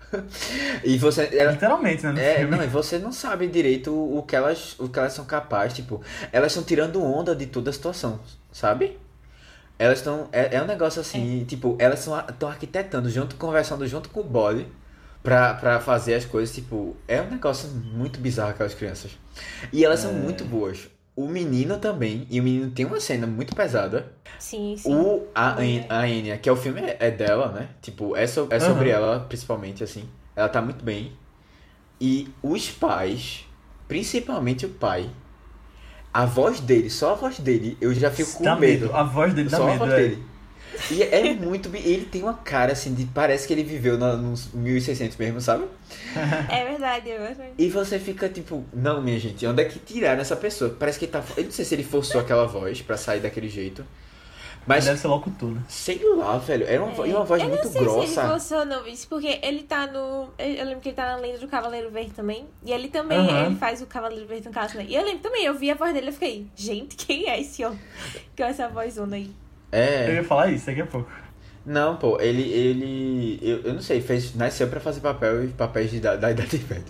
E você... ela- Literalmente, né? No É, filme. não, e você não sabe direito o, o que elas, o que elas são capazes, tipo, elas estão tirando onda de toda a situação, sabe? Elas estão, é, é um negócio assim, tipo, elas estão arquitetando junto, conversando junto com o body pra, pra fazer as coisas, tipo, é um negócio muito bizarro aquelas crianças. E elas são muito boas. O menino também, e o menino tem uma cena muito pesada. Sim, sim. O, a, É. a Anya, que é o filme é, é dela, né? Tipo, é, so, é sobre Aham. ela, principalmente, assim. Ela tá muito bem. E os pais, principalmente o pai, a voz dele, só a voz dele, eu já fico com Dá medo. medo. A voz dele dá Só a medo, voz é. dele. E é muito. bi- Ele tem uma cara assim de. Parece que ele viveu na, nos mil e seiscentos mesmo, sabe? É verdade, é verdade. E você fica tipo, não, minha gente, onde é que tiraram essa pessoa? Parece que ele tá. Eu não sei se ele forçou aquela voz pra sair daquele jeito. Mas Mas, deve ser locutor, né? sei lá, velho. Era uma, vo- e uma voz Eu muito não sei se ele grossa. gostou ou não, isso porque ele tá no. Eu lembro que ele tá na lenda do Cavaleiro Verde também. E ele também, Aham. ele faz o Cavaleiro Verde no caso, né? E eu lembro também, eu vi a voz dele e fiquei, gente, quem é esse homem? Com essa vozona aí. Eu É. ia falar isso daqui a pouco. Não, pô, ele. ele eu, eu não sei, fez, nasceu pra fazer papel e papéis de, da, da Idade Média.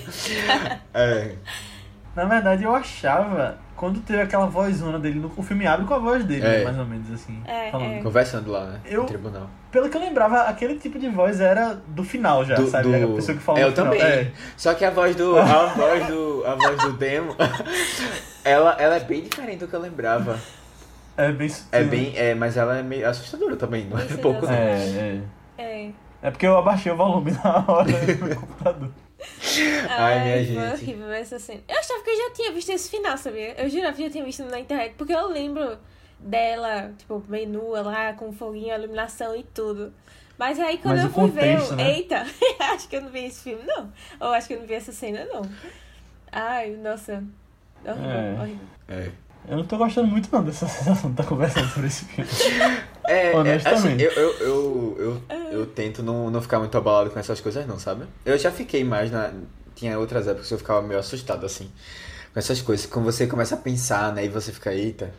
É. Na verdade, eu achava, quando teve aquela vozona dele, no, o filme abre com a voz dele, É. né, mais ou menos assim. É, falando. é. Conversando lá, né? Eu- No tribunal. Pelo que eu lembrava, aquele tipo de voz era do final já, Do- sabe? do- A pessoa que fala É, no eu final. também. É. Só que a voz do. A voz do. A voz do demo. Ela, ela é bem diferente do que eu lembrava. É bem sutil. É bem. É, mas ela é meio assustadora também, não é Bem pouco não. É, é. É. É porque eu abaixei o volume na hora do meu computador. Ai, minha foi gente. horrível essa cena. Eu achava que eu já tinha visto esse final, sabia? Eu jurava que já tinha visto na internet, porque eu lembro dela, tipo, meio nua lá, com foguinho, iluminação e tudo. Mas aí quando Mas eu o fui ver, contexto, eu, né? eita, acho que eu não vi esse filme, não. Ou acho que eu não vi essa cena, não. Ai, nossa. Horrível, É. horrível. É. Eu não tô gostando muito não dessa sensação de estar conversando sobre esse filme. É, é, assim, Honestamente. eu, eu, eu, eu, eu tento não, não ficar muito abalado com essas coisas não, sabe? Eu já fiquei mais na... Tinha outras épocas que eu ficava meio assustado, assim, com essas coisas. Quando você começa a pensar, né, e você fica, eita.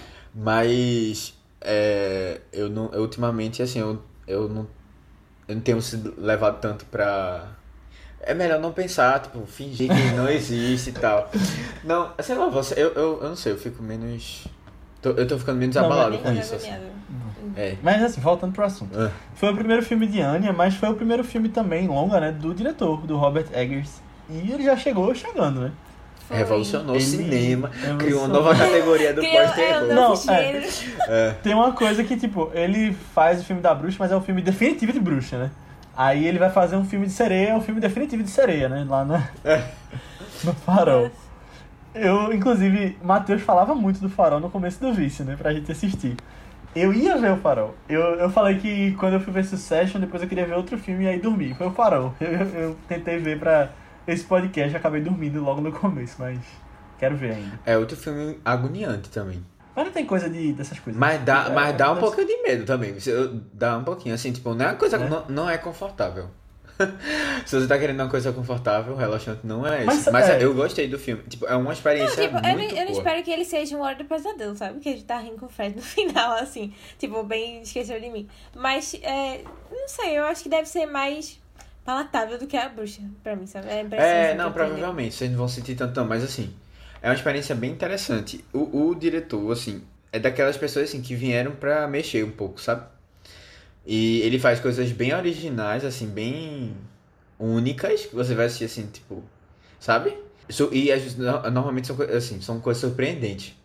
Mas, é, eu não... Eu, ultimamente, assim, eu, eu não... Eu não tenho sido levado tanto pra... É melhor não pensar, tipo, fingir que não existe e tal. Não, sei lá, você... Eu, eu, eu não sei, eu fico menos... tô- eu tô ficando menos Não, abalado mas- com Bem isso, assim. agoniada. É. Mas assim, voltando pro assunto. Ah. Foi o primeiro filme de Anya, mas foi o primeiro filme também longa, né, do diretor, do Robert Eggers. E ele já chegou chegando, né? Foi. Revolucionou o Ele- cinema, revolucionou. criou uma nova categoria do Criou- é, um pós-terror. Não, novo é. gênero. É. Tem uma coisa que, tipo, ele faz o filme da bruxa, mas é o filme definitivo de bruxa, né? Aí ele vai fazer um filme de sereia, é o filme definitivo de sereia, né? Lá na... no Farol. Eu, inclusive, Matheus falava muito do Farol no começo do vício, né? Pra gente assistir. Eu ia ver o Farol. Eu, eu falei que quando eu fui ver Succession, depois eu queria ver outro filme e aí dormi. Foi o Farol. Eu, eu, eu tentei ver pra esse podcast e acabei dormindo logo no começo, mas quero ver ainda. É outro filme agoniante também. Mas não tem coisa de, dessas coisas. Mas dá, É, mas dá um é- pouquinho de medo também. Você- Dá um pouquinho, assim, tipo, não é uma coisa. É. Não, não é confortável. Se você tá querendo uma coisa confortável, relaxante, não é Mas, isso. Mas, é. eu gostei do filme. Tipo, é uma Não, experiência tipo, eu não, muito eu não boa. espero que ele seja um Hora do Pesadelo, sabe? Que a gente tá rindo com o Fred no final, assim. Tipo, bem esqueceu de mim. Mas, é, não sei, eu acho que deve ser mais palatável do que a bruxa, pra mim, sabe? É, a impressão, É, assim, não, que eu tenho. provavelmente. Vocês não vão sentir tanto, não. Mas, assim, é uma experiência bem interessante. O, o diretor, assim, é daquelas pessoas, assim, que vieram pra mexer um pouco, sabe? E ele faz coisas bem originais, assim, bem únicas, que você vai assistir, assim, tipo, sabe? Isso- E as- no- normalmente são, co- assim, são coisas surpreendentes.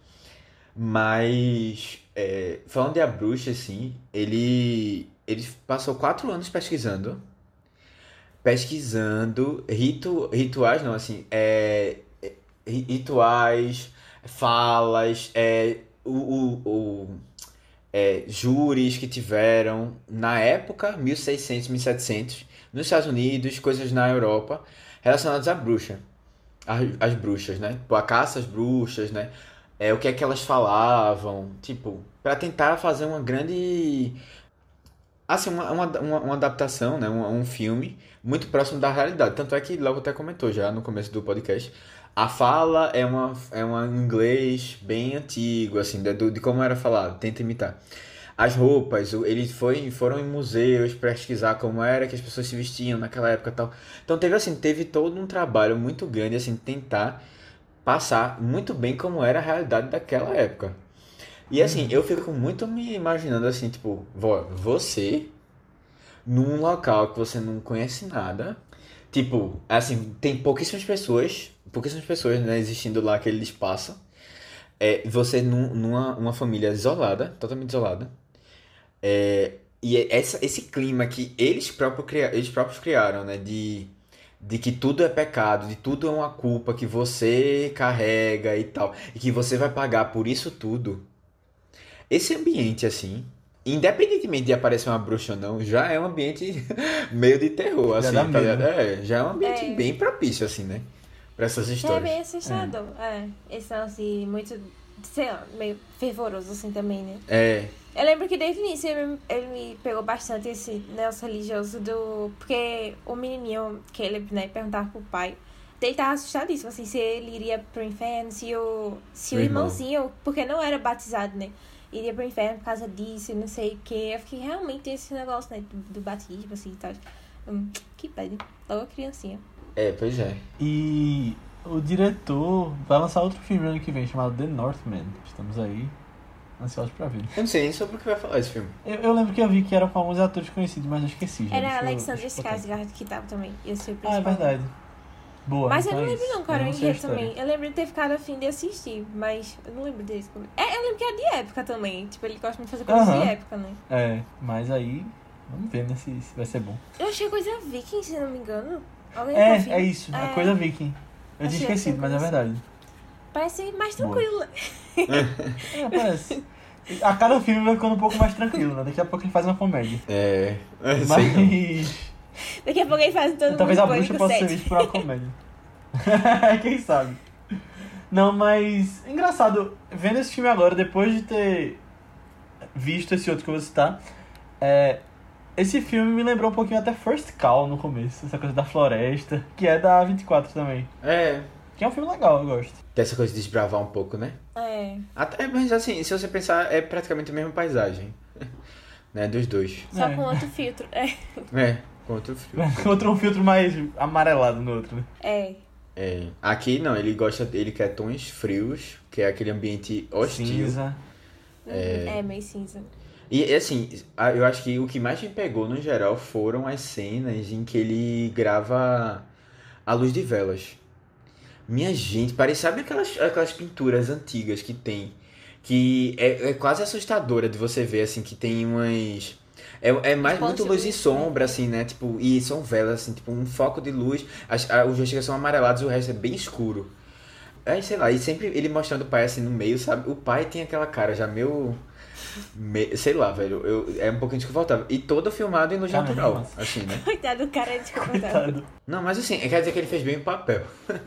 Mas, é, falando de A Bruxa, assim, ele, ele passou quatro anos pesquisando. Pesquisando ritu, rituais, não, assim, é, é, ri- rituais, falas, é, o, o, o- é, júris que tiveram na época, mil e seiscentos, mil e setecentos, nos Estados Unidos, coisas na Europa, relacionadas à bruxa, às, às bruxas, né? Tipo, a caça às bruxas, né? É, o que é que elas falavam, tipo, para tentar fazer uma grande, assim, uma, uma, uma, uma adaptação, né? Um, um filme muito próximo da realidade. Tanto é que logo até comentou já no começo do podcast. A fala é uma, é uma em inglês bem antigo, assim, de, de como era falado. Tenta imitar. as roupas, o- eles foi, foram em museus pesquisar como era que as pessoas se vestiam naquela época e tal. Então teve assim, teve todo um trabalho muito grande assim, tentar passar muito bem como era a realidade daquela época. E assim, eu fico muito me imaginando assim, tipo, vó, você num local que você não conhece nada. Tipo, assim, tem pouquíssimas pessoas, pouquíssimas pessoas, né, existindo lá aquele espaço. É, você num- numa uma família isolada, totalmente isolada. É, e é essa, esse clima que eles próprios, cria, eles próprios criaram, né, de, de que tudo é pecado, de tudo é uma culpa que você carrega e tal, e que você vai pagar por isso tudo. Esse ambiente, assim, independentemente de aparecer uma bruxa ou não, já é um ambiente meio de terror, Já assim, dá tá medo. ligado? É, já é um ambiente É. bem propício, assim, né? Pra essas Já é histórias. bem assustador. É. Esse lance muito, sei lá, meio fervoroso assim também, né? É, Eu lembro que desde o início ele, me- ele me pegou bastante esse negócio religioso do... Porque o menininho, Caleb, né, perguntava pro pai. Ele tava assustadíssimo, assim, se ele iria pro inferno, se o, se o O irmão. irmãozinho, porque não era batizado, né, iria pro inferno por causa disso e não sei o que. Eu fiquei realmente esse negócio, né, do, do batismo, assim, e tal. Hum, que pede, logo a criancinha. é, pois é. E o diretor vai lançar outro filme ano que vem, chamado The Northman. Estamos aí ansiosos pra ver. Eu não sei nem sobre o que vai falar esse filme. Eu, eu lembro que eu vi que era com alguns atores conhecidos, mas eu esqueci. Já. Era Deixa eu- Alexander deixa eu botar aqui. Skarsgård que tava também, eu sei o Ah, é principal. verdade. Boa. Mas eu então não é lembro isso. não, cara, Eu o não sei a enredo história. também. Eu lembro de ter ficado afim de assistir, mas eu não lembro desse. É, eu lembro que é de época também. Tipo, ele gosta de fazer coisas Aham. de época, né? É, mas aí, vamos ver, né, se, se vai ser bom. Eu achei coisa viking, se não me engano. Alguém É, confirma? é isso, é É. coisa viking. Eu Achei tinha esquecido, essa mas é coisa. verdade. Parece mais Boa. tranquilo. É, parece. A cada filme vai ficando um pouco mais tranquilo, né? Daqui a pouco ele faz uma comédia. É, eu sei não. Mas Daqui a pouco ele faz todo talvez mundo a bruxa pânico possa ser sete. vista por uma comédia. Quem sabe? Não, mas engraçado, vendo esse filme agora, depois de ter visto esse outro que eu vou citar, é, esse filme me lembrou um pouquinho até First Call no começo, essa coisa da floresta, que é da A vinte e quatro também. É, Que é um filme legal, eu gosto. tem essa coisa de desbravar um pouco, né? É. Até, mas assim, se você pensar, é praticamente a mesma paisagem. Né, dos dois. Só É. com outro filtro. É. É, com outro frio. Outro um filtro mais amarelado no outro, né? É. É, aqui não, ele gosta, ele quer tons frios, que é aquele ambiente hostil. Cinza. É. meio cinza. E assim, a- eu acho que o que mais me pegou no geral foram as cenas em que ele grava a luz de velas. Minha gente, parece, sabe aquelas, aquelas pinturas antigas que tem? Que é, é quase assustadora de você ver, assim, que tem umas... É, é mais Pontos muito de luz e luz, sombra, assim, né? Tipo, e são velas, assim, tipo, um foco de luz. As, a, os rostos são amarelados e o resto é bem escuro. Aí, sei lá, e sempre ele mostrando o pai, assim, no meio, sabe? O pai tem aquela cara já meio... me- sei lá, velho, eu, é um pouquinho desconfortável. E todo filmado em luz Caramba, natural, nossa. assim, né? Coitado do cara é desconfortável. Coitado. Não, mas assim, quer dizer que ele fez bem o papel.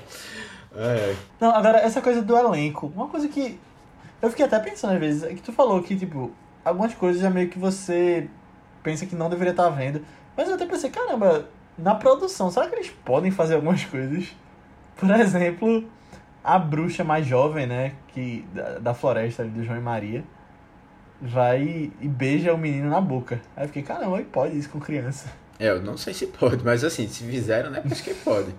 É, Não, agora, essa coisa do elenco, uma coisa que eu fiquei até pensando às vezes, é que tu falou que, tipo, algumas coisas já meio que você pensa que não deveria estar vendo, mas eu até pensei, caramba, na produção, será que eles podem fazer algumas coisas? Por exemplo, a bruxa mais jovem, né, que, da, da floresta ali, do João e Maria, vai e beija o menino na boca. Aí eu fiquei, caramba, e pode isso com criança? é, eu não sei se pode, mas assim, se fizeram, né? Acho que pode.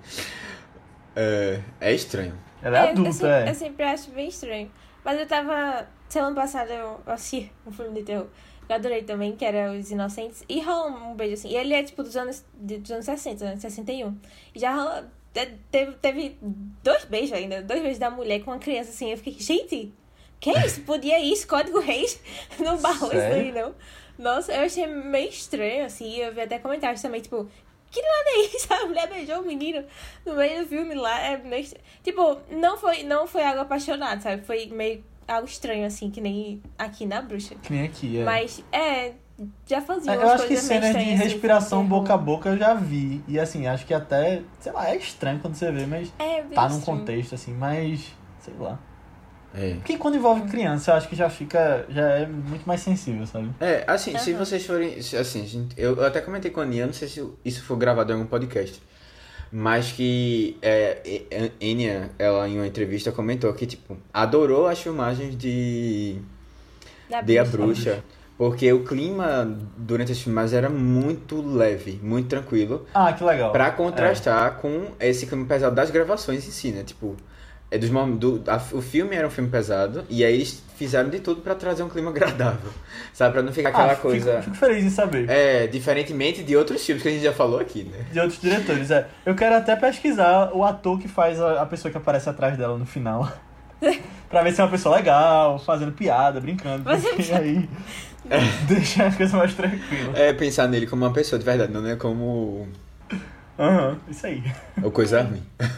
É, é estranho. Ela é, eu, adulta, sempre, é. eu sempre acho bem estranho. Mas eu tava... Semana passada eu assisti um filme de terror que eu adorei também, que era Os Inocentes. E rola um beijo assim. E ele é tipo dos anos, de- dos anos sessenta, né? sessenta e um. E já rola... te- Teve, teve dois beijos ainda. Dois beijos da mulher com uma criança assim. Eu fiquei, gente, que é isso? Podia isso? Código Reis? Não barrou isso Sério? aí, não. Nossa, eu achei meio estranho, assim. Eu vi até comentários também, tipo... Que nada é isso? A mulher beijou o menino no meio do filme lá. É meio estranho. Tipo, não foi, não foi algo apaixonado, sabe? Foi meio algo estranho, assim, que nem aqui na Bruxa. Que nem aqui, é. Mas, é, já fazia É, umas eu acho que coisas meio cenas de estranhas, assim, respiração filme de boca a terror. boca eu já vi. E assim, acho que até, sei lá, é estranho quando você vê, mas É, bem tá num estranho. contexto assim, mas sei lá. É. Porque quando envolve criança, eu acho que já fica, já é muito mais sensível, sabe? É, assim, se Aham. vocês forem. se- Assim, gente, eu, eu até comentei com a Aninha, não sei se isso foi gravado em algum podcast. Mas que é, é, Enya, ela em uma entrevista comentou que, tipo, adorou as filmagens de. Da de A Bruxa. Bruxa. Porque o clima durante as filmagens era muito leve, muito tranquilo. Ah, que legal. Pra contrastar é. com esse clima pesado das gravações em si, né? Tipo, é dos, do, a, o filme era um filme pesado, e aí eles fizeram de tudo pra trazer um clima agradável, sabe? Pra não ficar aquela ah, fico, coisa... Fico feliz em saber. É, diferentemente de outros filmes que a gente já falou aqui, né? De outros diretores, é. Eu quero até pesquisar o ator que faz a, a pessoa que aparece atrás dela no final. Pra ver se é uma pessoa legal, fazendo piada, brincando. Porque aí deixa a coisa mais tranquila. É, pensar nele como uma pessoa de verdade, não é como... Aham, uhum, isso aí. Ou coisa ruim.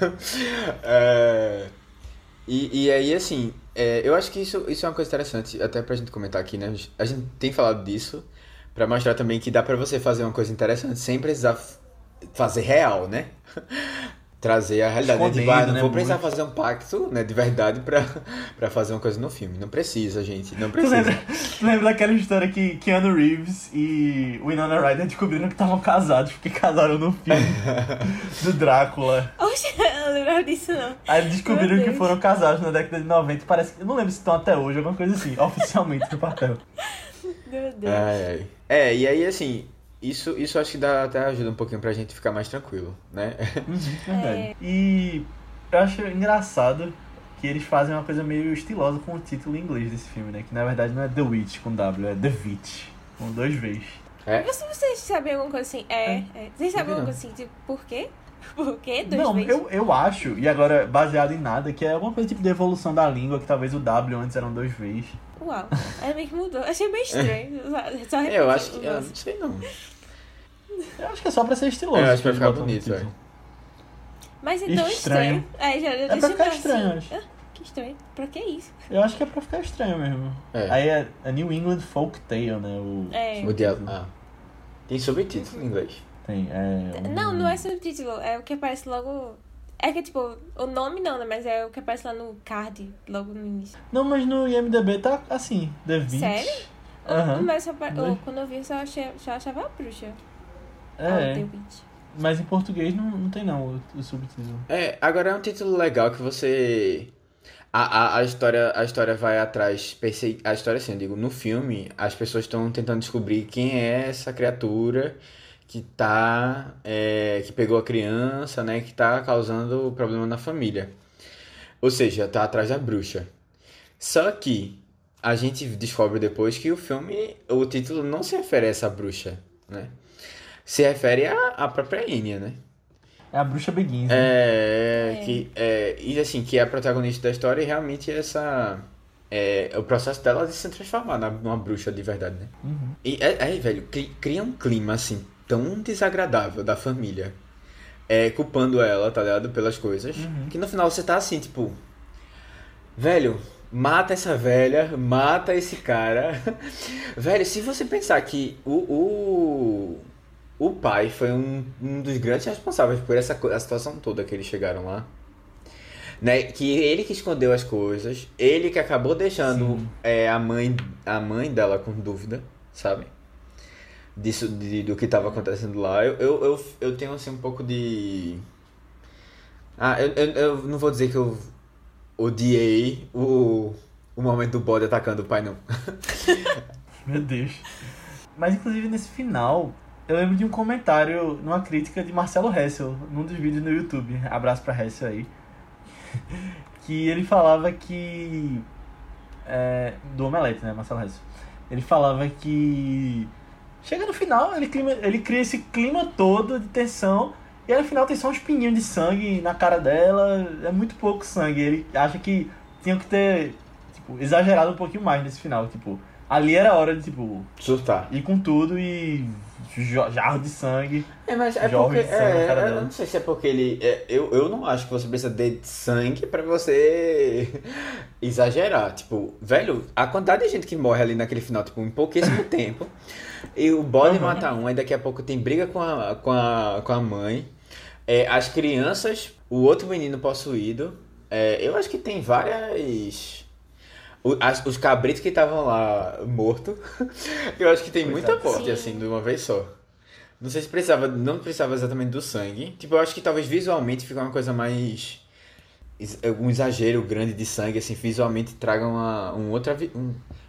é... E, e aí, assim, é, eu acho que isso, isso é uma coisa interessante, até pra gente comentar aqui, né? A gente tem falado disso pra mostrar também que dá pra você fazer uma coisa interessante sem precisar f- fazer real, né? Trazer a realidade. Né? Tipo, ah, não né, vou precisar muito. fazer um pacto, né, de verdade pra, pra fazer uma coisa no filme. Não precisa, gente, não Tu precisa. lembra, tu lembra daquela história que Keanu Reeves e Winona Ryder descobriram que estavam casados porque casaram no filme do Drácula. Oxe, eu não lembrava disso, não. Aí eles descobriram Meu que Deus. foram casados na década de noventa e parece que... Eu não lembro se estão até hoje, alguma coisa assim, oficialmente no papel. Meu Deus. Ai, ai. É, e aí, assim, isso, isso acho que dá, até ajuda um pouquinho pra gente ficar mais tranquilo, né? Uhum, verdade. E eu acho engraçado que eles fazem uma coisa meio estilosa com o título em inglês desse filme, né? Que na verdade não é The Witch com W, é The Witch, com dois V's. É? Mas vocês sabem alguma coisa assim? É, É. é. Vocês sabem Não. alguma coisa assim? Tipo, por quê? Por quê? Dois Não, vezes? eu, eu acho, e agora baseado em nada, que é alguma coisa tipo de evolução da língua, que talvez o W antes eram dois V's. Uau. É meio que mudou. Achei meio estranho. Só- Só É, eu repeti acho o que... Eu lance. não sei, não. Eu acho que é só pra ser estiloso. Eu acho que vai eles ficar botam no bonito, título. Mas é tão Estranho. estranho. É, já, já É pra deixa ficar eu estranho, assim. acho. Ah, que estranho. Pra que isso? Eu acho que é pra ficar estranho mesmo. É. Aí é a New England Folk Tale, né? O... É. O diabo... Ah. Tem subtítulo em inglês. Tem, é... um- Não, não é subtítulo. É o que aparece logo... É que, tipo, o nome não, né? Mas é o que aparece lá no card, logo no início. Não, mas no I M D B tá assim, The Witch. Sério? Aham. Mas só apare- Dois. oh, quando eu vi, eu só, achei, só achava a bruxa. Ah, o É, The Witch. mas em português não, não tem não o, o subtítulo. É, agora é um título legal que você... A, a, a, história, a história vai atrás... Perse... A história, assim, eu digo, no filme, as pessoas estão tentando descobrir quem é essa criatura que tá... É, que pegou a criança, né? Que tá causando problema na família. Ou seja, tá atrás da bruxa. Só que a gente descobre depois que o filme... O título não se refere a essa bruxa, né? Se refere à, à própria Enya, né? É a Bruxa Begins, né? É, É. que, é, e assim, que é a protagonista da história e realmente essa... É, o processo dela de se transformar na- numa bruxa de verdade, né? Uhum. E é, é, velho, cri- cria um clima, assim, tão desagradável da família, é, culpando ela, tá ligado? Pelas coisas, Uhum. que no final você tá assim, tipo... Velho, mata essa velha, mata esse cara. Velho, se você pensar que o... o... O pai foi um, um dos grandes responsáveis por essa co- a situação toda que eles chegaram lá. Né? Que ele que escondeu as coisas, ele que acabou deixando Sim. é, a, mãe, a mãe dela com dúvida, sabe? Disso, de, do que estava acontecendo lá. Eu, eu, eu, eu tenho assim um pouco de. Ah, eu, eu, eu não vou dizer que eu odiei o, o momento do bode atacando o pai, não. Meu Deus. Mas inclusive nesse final, eu lembro de um comentário numa crítica de Marcelo Hessel, num dos vídeos no YouTube. Abraço pra Hessel aí. Que ele falava que... É, do Omelete, né, Marcelo Hessel. Ele falava que... Chega no final, ele, clima, ele cria esse clima todo de tensão, e aí no final tem só uns pinguinhos de sangue na cara dela, é muito pouco sangue. Ele acha que tinha que ter, tipo, exagerado um pouquinho mais nesse final, tipo... Ali era a hora de, tipo, Surtar. ir com tudo e jo- jarro de sangue. É, mas é Jorge porque. de sangue na cara É, eu dela. não sei se é porque ele. é, eu, eu não acho que você precisa de sangue pra você exagerar. Tipo, velho, a quantidade de gente que morre ali naquele final, tipo, em pouquíssimo tempo. E o bode Uhum. mata um, aí daqui a pouco tem briga com a, com a, com a mãe. É, as crianças, o outro menino possuído. É, eu acho que tem várias. O- as- os cabritos que estavam lá mortos. Eu acho que tem muita Coitado. morte, Sim. assim, de uma vez só. Não sei se precisava, não precisava exatamente do sangue. Tipo, eu acho que talvez visualmente fique uma coisa mais... ex- um exagero grande de sangue, assim, visualmente traga uma, um outra... vi- Um,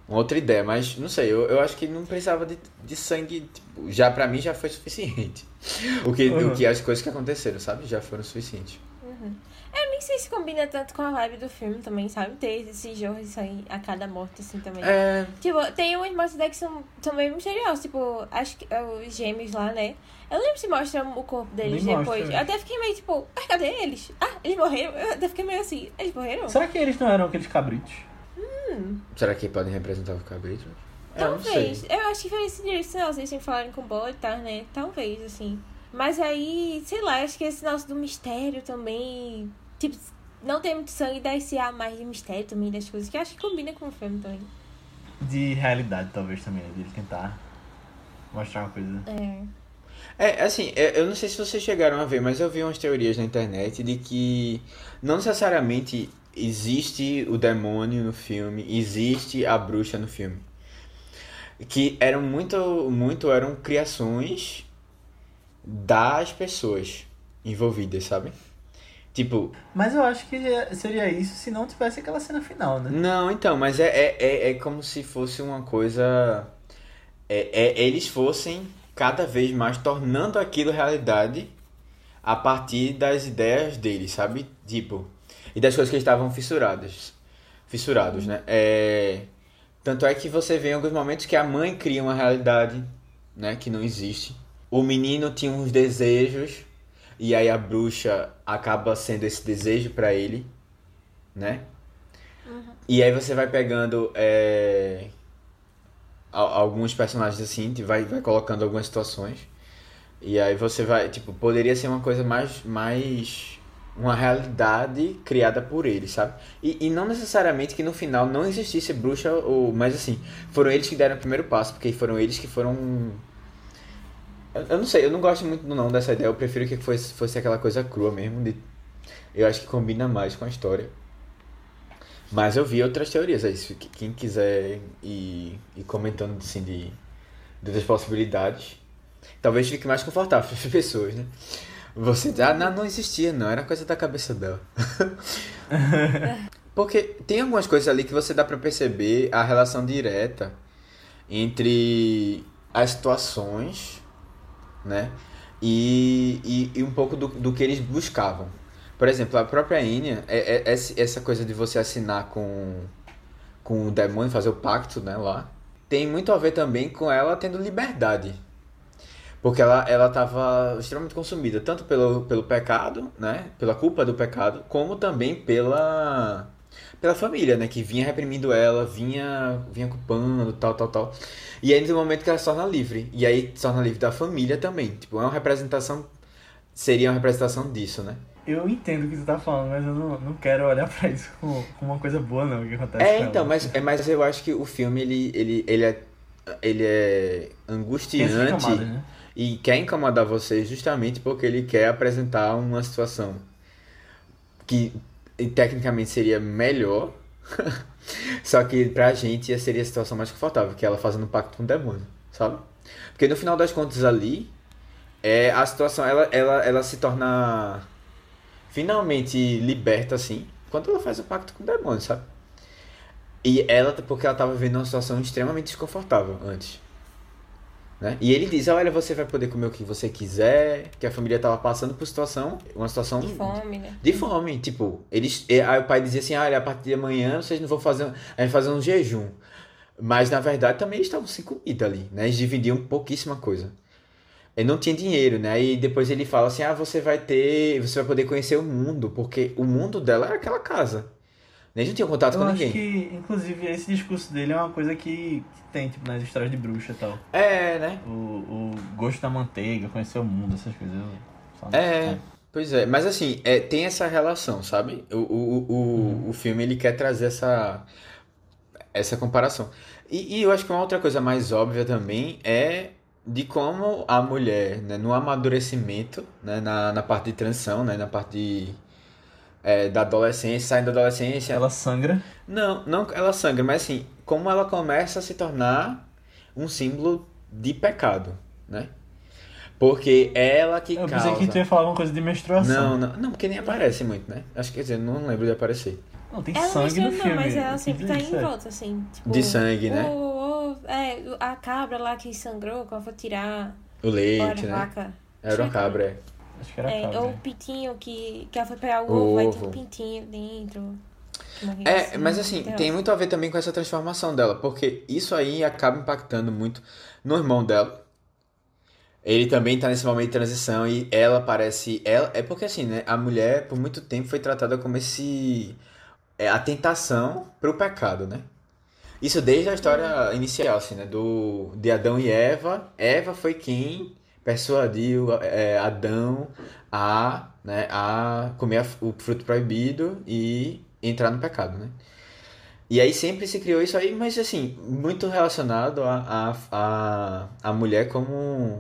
uma outra ideia, mas não sei, eu, eu acho que não precisava de, de sangue, tipo, já pra mim já foi suficiente. O que, Uhum. o que as coisas que aconteceram, sabe? Já foram suficientes. Eu nem sei se combina tanto com a vibe do filme também, sabe? Ter esses jorros aí a cada morte, assim, também. É, Tipo, tem umas mortes daí que são também misteriosas. Tipo, acho que é os gêmeos lá, né? Eu não lembro se mostra o corpo deles Nem depois. mostra. Eu até fiquei meio tipo, ah, cadê eles? Ah, eles morreram? Eu até fiquei meio assim, eles morreram? Será que eles não eram aqueles cabritos? será que podem representar os cabritos? É, eu não Talvez. sei. Eu acho que foi esse direção, vocês sempre falaram com bola e tal, né? Talvez, assim. Mas aí, sei lá, acho que esse nosso do mistério também. Tipo, não tem muito sangue, dá esse ar mais de mistério também das coisas, que eu acho que combina com o filme também. De realidade, talvez, também, né? De ele tentar mostrar uma coisa. É. É, assim, eu eu não sei se vocês chegaram a ver, mas eu vi umas teorias na internet de que não necessariamente existe o demônio no filme, existe a bruxa no filme. Que eram muito, muito eram criações das pessoas envolvidas, sabe? Tipo, Mas eu acho que seria isso se não tivesse aquela cena final, né? não, então, mas é, é, é, é como se fosse uma coisa. É, é- eles fossem cada vez mais tornando aquilo realidade a partir das ideias deles, sabe? Tipo, e das coisas que eles estavam fissuradas. Fissurados, né? É, tanto é que você vê em alguns momentos que a mãe cria uma realidade, né? Que não existe. O menino tinha uns desejos, e aí a bruxa acaba sendo esse desejo pra ele, né? E aí você vai pegando é, al- alguns personagens assim, te vai, vai colocando algumas situações. E aí você vai, tipo, poderia ser uma coisa mais, mais uma realidade criada por eles, sabe? E, e não necessariamente que no final não existisse bruxa, ou, mas assim, foram eles que deram o primeiro passo, porque foram eles que foram. Eu, eu não sei, eu não gosto muito não dessa ideia, eu prefiro que fosse, fosse aquela coisa crua mesmo. De, eu acho que combina mais com a história. Mas eu vi outras teorias aí, se quem quiser ir, ir comentando assim, de, de outras possibilidades, talvez fique mais confortável para as pessoas, né? Você diz, ah, não, não existia, não, era coisa da cabeça dela. Porque tem algumas coisas ali que você dá pra perceber a relação direta entre as situações, né? E, e, e um pouco do, do que eles buscavam. Por exemplo, a própria Enya, é, é, esse- essa coisa de você assinar com, com o demônio, fazer o pacto, né, lá, tem muito a ver também com ela tendo liberdade. Porque ela, ela estava extremamente consumida, tanto pelo, pelo pecado, né? Pela culpa do pecado, como também pela, pela família, né? Que vinha reprimindo ela, vinha, vinha culpando, tal, tal, tal. E aí, no momento que ela se torna livre. E aí, se torna livre da família também. Tipo, é uma representação... Seria uma representação disso, né? Eu entendo o que tu tá falando, mas eu não, não quero olhar pra isso como, como uma coisa boa, não, o que acontece É, com então, ela. mas, é, mas eu acho que o filme, ele, ele, ele é... Ele é Tem essas angustiante camadas, né? e quer incomodar você justamente porque ele quer apresentar uma situação que e, tecnicamente seria melhor, só que pra gente seria a situação mais confortável, que é ela fazendo um pacto com o demônio, sabe? Porque no final das contas ali, é, a situação ela, ela, ela se torna finalmente liberta assim, quando ela faz o pacto com o demônio, sabe? E ela, porque ela tava vivendo uma situação extremamente desconfortável antes. Né? E ele diz, olha, você vai poder comer o que você quiser, que a família tava passando por situação, uma situação De fome, né? de fome, tipo, eles, e- aí o pai dizia assim, ah, olha, a partir de amanhã vocês não vão fazer, a gente vai fazer um jejum. Mas na verdade também eles estavam sem comida ali, né? Eles dividiam pouquíssima coisa. Ele não tinha dinheiro, né? E depois ele fala assim, ah, você vai ter, você vai poder conhecer o mundo, porque o mundo dela era aquela casa. Eles não tinham contato Eu com acho ninguém. que, inclusive, esse discurso dele é uma coisa que, que tem, tipo, nas histórias de bruxa e tal. É, né? O, o gosto da manteiga, conhecer o mundo, essas coisas. Eu só não- É, pois é, mas assim, é, tem essa relação, sabe? O, o, o, o filme ele quer trazer essa, essa comparação. E, e eu acho que uma outra coisa mais óbvia também é de como a mulher, né, no amadurecimento, né, na, na parte de transição, né, na parte de, é, da adolescência, saindo da adolescência. Ela sangra. Não, não ela sangra, mas assim, como ela começa a se tornar um símbolo de pecado, né? Porque é ela que Eu causa. pensei que tu ia falar alguma coisa de menstruação. Não, não, não, porque nem aparece muito, né? Acho que, quer dizer, não lembro de aparecer. Não, tem Ela sangue no menstrua filme. não, mas ela eu sempre quis tá dizer em isso, é. volta, assim. Tipo, De sangue, né? o- o- é, a cabra lá que sangrou, quando eu vou tirar. O Ou leite, era né? vaca. Era uma cabra, é. Acho que era É, cabra. ou o pintinho que, que ela foi pegar o O ovo, aí ovo. tem um pintinho dentro. que morreu É, mas assim, então. tem muito a ver também com essa transformação dela, porque isso aí acaba impactando muito no irmão dela. Ele também tá nesse momento de transição e ela parece. Ela, é porque assim, né? A mulher, por muito tempo, foi tratada como esse. É, a tentação pro pecado, né? Isso desde a história inicial, assim, né? Do, de Adão e Eva. Eva foi quem persuadiu é, Adão a, né, a comer a- o fruto proibido e entrar no pecado, né? E aí sempre se criou isso aí, mas assim, muito relacionado a, a, a, a mulher como,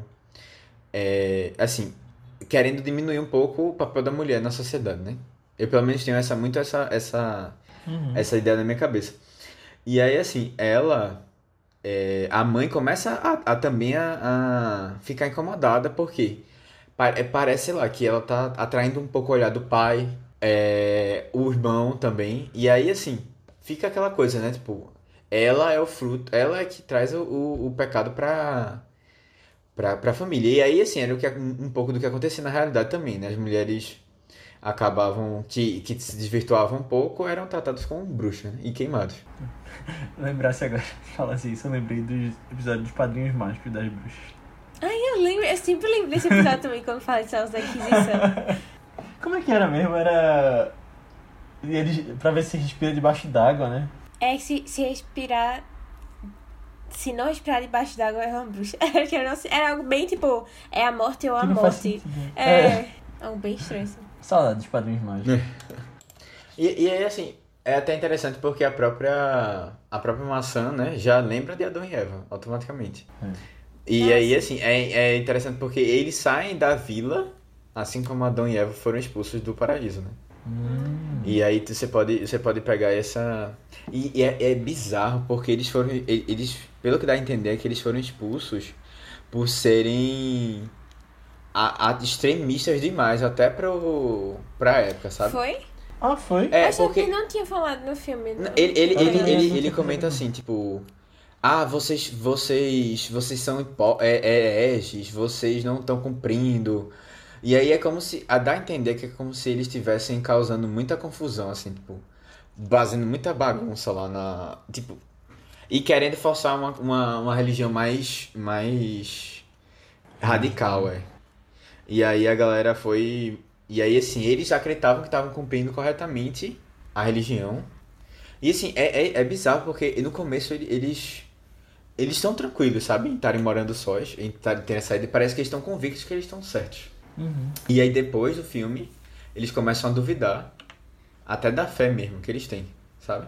é, assim, querendo diminuir um pouco o papel da mulher na sociedade, né? Eu pelo menos tenho essa, muito essa, essa, Uhum. essa ideia na minha cabeça. E aí, assim, ela, é, a mãe começa a, a também a, a ficar incomodada, porque pa- é, parece lá que ela tá atraindo um pouco o olhar do pai, é, o irmão também, e aí, assim, fica aquela coisa, né? Tipo, ela é o fruto, ela é que traz o, o, o pecado pra, pra, pra família. E aí, assim, era o que, um, um pouco do que acontecia na realidade também, né? As mulheres acabavam, que, que se desvirtuavam um pouco, eram tratadas como bruxas, né? E queimadas. Lembrasse agora, falasse isso, eu lembrei dos episódios dos Padrinhos Mágicos das Bruxas. Ai, eu lembro, eu sempre lembro desse episódio também quando fala de Celos da Inquisição. Como é que era mesmo? Era. Eles, pra ver se respira debaixo d'água, né? É que se, se respirar. Se não respirar debaixo d'água é uma bruxa. Era, que eu não sei- era algo bem tipo. É a morte ou a Que não faz morte. sentido. É. Algo bem estranho assim. Saudade dos Padrinhos Mágicos. E, e aí, assim, é até interessante porque a própria, a própria maçã, né, já lembra de Adão e Eva, automaticamente. É. E Nossa. aí, assim, é, é interessante porque eles saem da vila, assim como Adão e Eva foram expulsos do paraíso, né? Hum. E aí tu- você pode, você pode pegar essa... E, e é, é bizarro porque eles foram, e- eles, pelo que dá a entender, é que eles foram expulsos por serem a, a- extremistas demais, até pro, pra época, sabe? Foi? Ah, foi? É, Acho que porque... não tinha falado no filme. Não. Ele, ele, ele, Ah, ele, não ele tô comenta sabendo. assim, tipo... Ah, vocês, vocês, vocês são hipó- é, é, hereges, vocês não estão cumprindo. E aí é como se... A dá a entender que é como se eles estivessem causando muita confusão, assim, tipo... Fazendo muita bagunça lá na... Tipo... E querendo forçar uma, uma, uma religião mais... Mais... Radical, é. E aí a galera foi... E aí, assim, eles acreditavam que estavam cumprindo corretamente a religião. E assim, é, é, é bizarro porque no começo ele- eles eles estão tranquilos, sabe? Em estarem morando sós, em estarem terem saído, e parece que eles estão convictos que eles estão certos. Uhum. E aí depois do filme, eles começam a duvidar, até da fé mesmo que eles têm, sabe?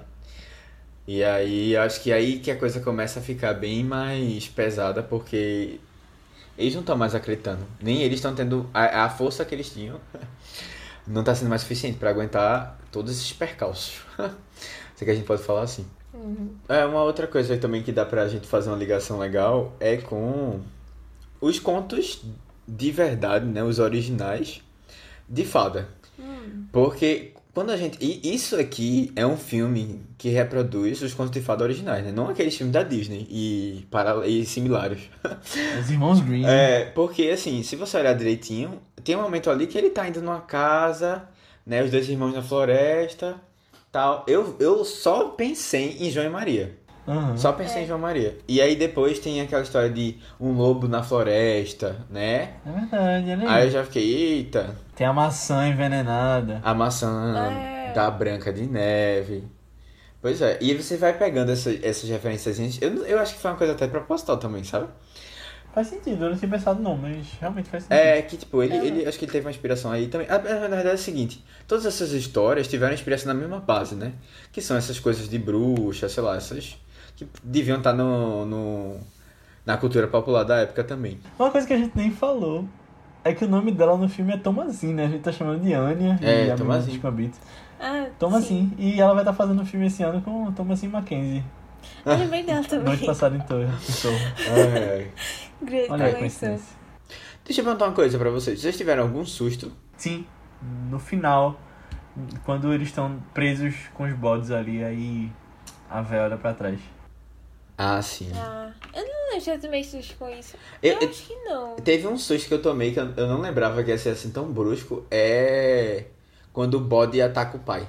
E aí acho que aí que a coisa começa a ficar bem mais pesada, porque eles não estão mais acreditando. Nem eles estão tendo a, a força que eles tinham. Não está sendo mais suficiente para aguentar todos esses percalços. Sei que a gente pode falar assim. Uhum. É, uma outra coisa aí também que dá pra gente fazer uma ligação legal é com os contos de verdade, né? Os originais de fada. Hum. Porque quando a gente... E isso aqui é um filme que reproduz os contos de fada originais, né? Não aqueles filmes da Disney e, para... e similares. Os Irmãos Green. É, porque assim, se você olhar direitinho, tem um momento ali que ele tá indo numa casa, né? Os dois irmãos na floresta, tal. Eu, eu só pensei em João e Maria. Uhum. Só pensei em João e Maria. E aí depois tem aquela história de um lobo na floresta, né? É verdade, olha Aí aí. eu já fiquei, eita, Tem a maçã envenenada. a maçã É. da Branca de Neve. Pois é, e aí você vai pegando essa, essas referências. Eu, eu acho que foi uma coisa até proposital também, sabe? Faz sentido, eu não tinha pensado não, mas realmente faz sentido. É, que tipo, ele, Uhum. ele acho que ele teve uma inspiração aí também. Ah, na verdade é o seguinte, todas essas histórias tiveram inspiração na mesma base, né? Que são essas coisas de bruxa, sei lá, essas que deviam estar no, no, na cultura popular da época também. Uma coisa que a gente nem falou é que o nome dela no filme é Thomasin, né? A gente tá chamando de Anya É, e a Thomasin. menina de Gambito. Ah, Thomasin. E ela vai estar fazendo um filme esse ano com Thomasin Mackenzie. Eu lembrei dela também. Noite passada em Torre. em Sorro. Ai, ai. Grande Olha aí a coincidência. coincidência. Deixa eu perguntar uma coisa pra vocês. Vocês tiveram algum susto? Sim, no final Quando eles estão presos com os bodes ali, aí a véia olha pra trás. Ah, sim. Ah, eu não lembro se eu tomei susto com isso. Eu, Eu- eu- acho que não. Teve um susto que eu tomei que eu eu não lembrava que ia ser assim tão brusco. É quando o bode ataca o pai.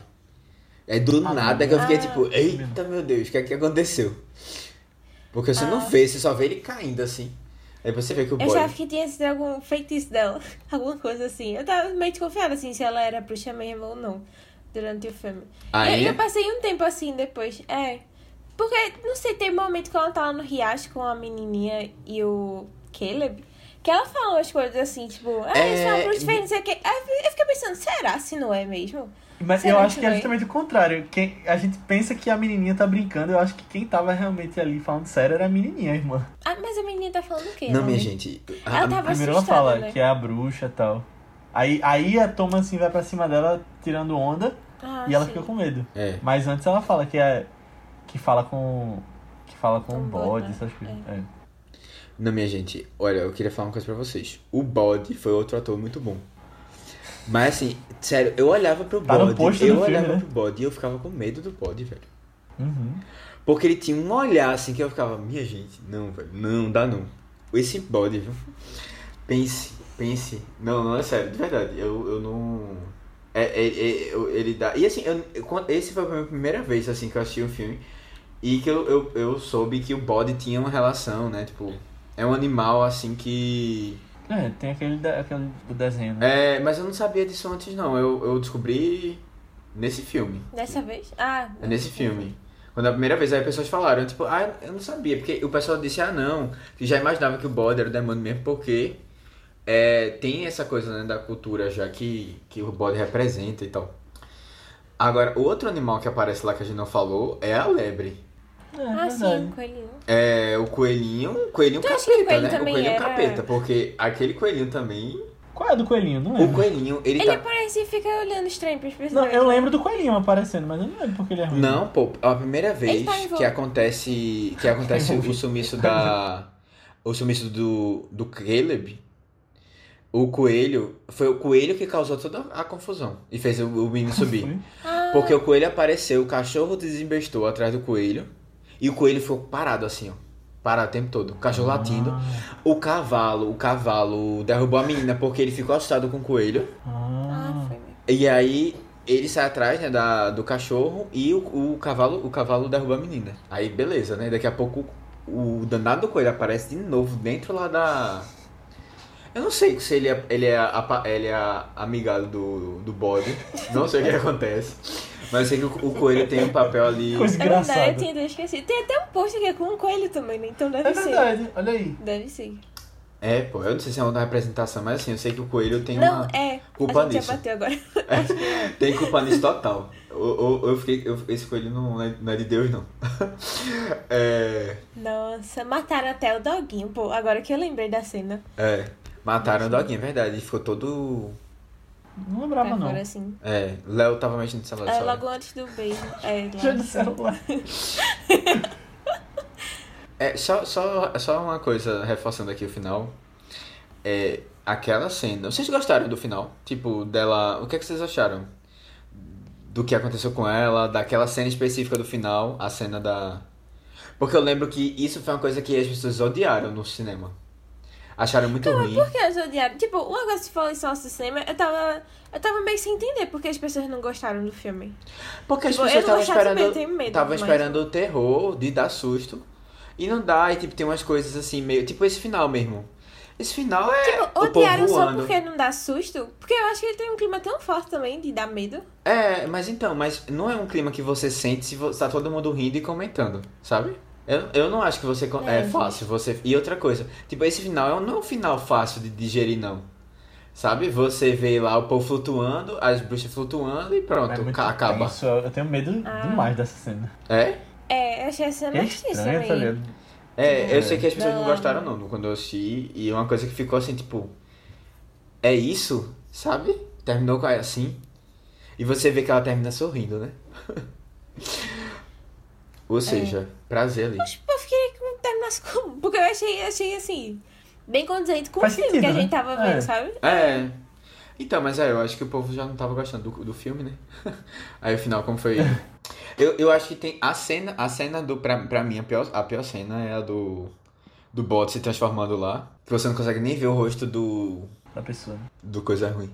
É do Ah, nada não. que eu fiquei Ah. tipo, eita meu Deus, o que é que aconteceu? Porque você não Ah. vê, você só vê ele caindo assim. Aí você vê que o Eu bode. achava que tinha sido algum feitiço dela. Alguma coisa assim. Eu tava meio desconfiada, assim, se ela era bruxa mesmo ou não. Durante o filme. Ah, eu, é? eu passei um tempo assim depois. É. Porque, não sei, tem um momento que ela tá lá no riacho com a menininha e o Caleb. Que ela fala umas coisas assim, tipo, ah, É, isso é uma bruxa fez não sei o quê. Aí eu fiquei pensando, será se não é mesmo? Mas Será eu acho que que é vai? justamente o contrário. Quem, a gente pensa que a menininha tá brincando, eu acho que quem tava realmente ali falando sério era a menininha, a irmã. Ah, mas a menina tá falando o quê? Não, né? minha gente. Ela a- tava Primeiro ela assustada, fala né? que é a bruxa e tal. Aí, aí a Toma assim vai pra cima dela tirando onda Ah, e ela sim. fica com medo. É. Mas antes ela fala que é. Que fala com. Que fala com Com o o bode, bode, né? essas coisas. É. Não, minha gente, olha, eu queria falar uma coisa pra vocês. O bode foi outro ator muito bom. Mas assim, sério, eu olhava pro Tá no bode, pôster eu do filme, olhava né? pro bode e eu ficava com medo do bode, velho. Uhum. Porque ele tinha um olhar assim que eu ficava, minha gente, não, velho, não dá não. Esse bode, viu? Pense, pense. Não, não é sério, de verdade. Eu, eu não. É, é, é, eu- ele dá. E assim, eu, eu- quando- esse foi a minha primeira vez assim que eu assisti um filme e que eu, eu, eu soube que o bode tinha uma relação, né? Tipo, é um animal assim que. É, tem aquele, de- aquele do desenho, né? É, mas eu não sabia disso antes, não. Eu, eu descobri nesse filme. Dessa vez? Ah. É nesse filme. Quando a primeira vez aí as pessoas falaram, tipo, ah, eu não sabia, porque o pessoal disse, ah, não, que já imaginava que o bode era o demônio mesmo, porque é, tem essa coisa, né, da cultura já que, que o bode representa e tal. Agora, o outro animal que aparece lá que a gente não falou é a lebre. É, Ah, sim, verdade. um coelhinho. É o coelhinho, o coelhinho Tu acha que o capeta, coelho né? O também coelhinho era- capeta, porque aquele coelhinho também, Qual é a do coelhinho? Não o lembro. coelhinho, ele, Ele tá... aparece e fica olhando estranho pras pessoas. Não, eu né? lembro do coelhinho aparecendo, mas eu não lembro porque ele é ruim. Não, pô, a primeira vez Ele tá envolvido. que acontece que acontece o envolvido. sumiço da o sumiço do do Caleb, o coelho, foi o coelho que causou toda a confusão e fez o, o menino subir. Foi? Ah, Porque o coelho apareceu, o cachorro desembestou atrás do coelho e o coelho ficou parado assim, ó. Parado o tempo todo, o cachorro latindo. O cavalo, o cavalo derrubou a menina porque ele ficou assustado com o coelho. ah, Ah, foi mesmo. E aí ele sai atrás, né, da, do cachorro e o, o cavalo o cavalo derruba a menina. Aí beleza, né? Daqui a pouco o, o danado do coelho aparece de novo dentro lá da... Eu não sei se ele é, ele é, a- ele é a- amigado do, do bode. Não sei o que acontece. Mas eu sei que o, o coelho tem um papel ali... coisa É verdade, eu engraçada. tinha até esquecido. Tem até um post que é com um coelho também, né? Então deve É ser. verdade, olha aí. Deve ser. É, pô, eu não sei se é uma representação, mas assim, eu sei que o coelho tem Não, uma... é. culpa a gente nisso. já bateu agora. Tem culpa nisso total. Eu, eu, eu fiquei... eu- esse coelho não é, não é de Deus, não. É... Nossa, mataram até o doguinho, pô. Agora que eu lembrei da cena. É... Mataram o doguinho, é verdade. Ele ficou todo... Não lembrava, Pra não. fora, assim. É, Léo tava mexendo no celular. É, só. logo antes do beijo. É, Já lá. disseram lá. É, só, só, só uma coisa, reforçando aqui o final. É, aquela cena. Vocês gostaram do final? Tipo, dela. O que é que vocês acharam? Do que aconteceu com ela, daquela cena específica do final, a cena da. Porque eu lembro que isso foi uma coisa que as pessoas odiaram no cinema. Acharam muito ruim. Por que eles odiaram? Tipo, o negócio de falar isso no cinema, eu tava. Eu tava meio sem entender porque as pessoas não gostaram do filme. Porque as Tipo, pessoas eu não estavam gostava também, eu esperando. tenho medo, Estavam mas- esperando o terror de dar susto. E não dá, e tipo, tem umas coisas assim, meio. Tipo esse final mesmo. Esse final é. Tipo, o povo odiaram só voando. porque não dá susto? Porque eu acho que ele tem um clima tão forte também de dar medo. É, mas então, mas não é um clima que você sente se vo- tá todo mundo rindo e comentando, sabe? Eu, eu não acho que você con- é, É. fácil você. E outra coisa, tipo, esse final é um- não é um final fácil de digerir, não. Sabe? Você vê lá o povo flutuando, as bruxas flutuando e pronto, É muito ca- acaba. tenso, Eu tenho medo Ah. demais dessa cena. É? É, eu achei essa É mais difícil estranho, tá também. ligado? É, eu É. sei que as pessoas não Não. gostaram não quando eu assisti. E uma coisa que ficou assim, tipo. É isso? Sabe? Terminou com a- assim. E você vê que ela termina sorrindo, né? Ou seja, prazer ali. Mas eu fiquei que terminasse com. Porque eu achei, achei assim. Bem condizente com Faz o filme sentido, que a né? gente tava vendo, É. sabe? É. Então, mas é, eu acho que o povo já não tava gostando do, do filme, né? Aí, afinal, como foi... Eu, eu acho que tem a cena, a cena do... Pra, pra mim, a pior, a pior cena é a do... Do bot se transformando lá. Que você não consegue nem ver o rosto do... Da pessoa. Né? Do coisa ruim.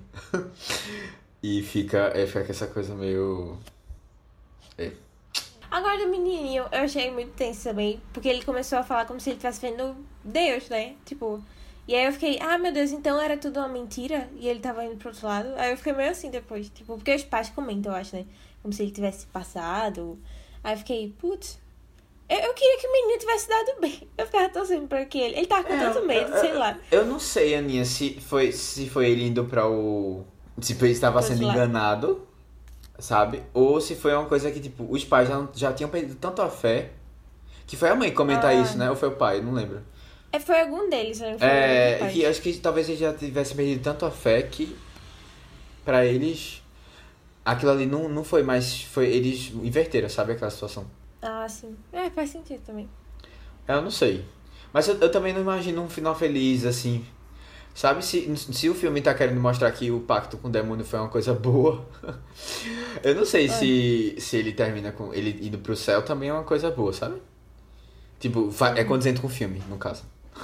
E fica, é, fica com essa coisa meio... É. Agora do menininho, eu achei muito tenso também. Porque ele começou a falar como se ele estivesse vendo Deus, né? Tipo... E aí eu fiquei, ah, meu Deus, então era tudo uma mentira? E ele tava indo pro outro lado? Aí eu fiquei meio assim depois. Tipo, porque os pais comentam, eu acho, né? Como se ele tivesse passado. Aí eu fiquei, putz... Eu, eu queria que o menino tivesse dado bem. Eu ficava torcendo pra que ele... Ele tava com É, tanto medo, eu, sei lá. Eu não sei, Aninha, se foi, se foi ele indo pra o... Se ele estava Pro sendo outro lado. enganado, sabe? Ou se foi uma coisa que, tipo, os pais já, já tinham perdido tanto a fé... Que foi a mãe comentar Ah. isso, né? Ou foi o pai, não lembro. É, foi algum deles, né? Foi algum É, dos pais. que acho que talvez eles já tivessem perdido tanto a fé que... Pra eles... Aquilo ali não, não foi mais... Foi, eles inverteram, sabe? Aquela situação. Ah, sim. É, faz sentido também. Eu não sei. Mas eu, eu também não imagino um final feliz, assim. Sabe, se, se o filme tá querendo mostrar que o pacto com o demônio foi uma coisa boa. Eu não sei É. se, se ele termina com ele indo pro céu também é uma coisa boa, sabe? Tipo, fa- é condizente com o filme, no caso.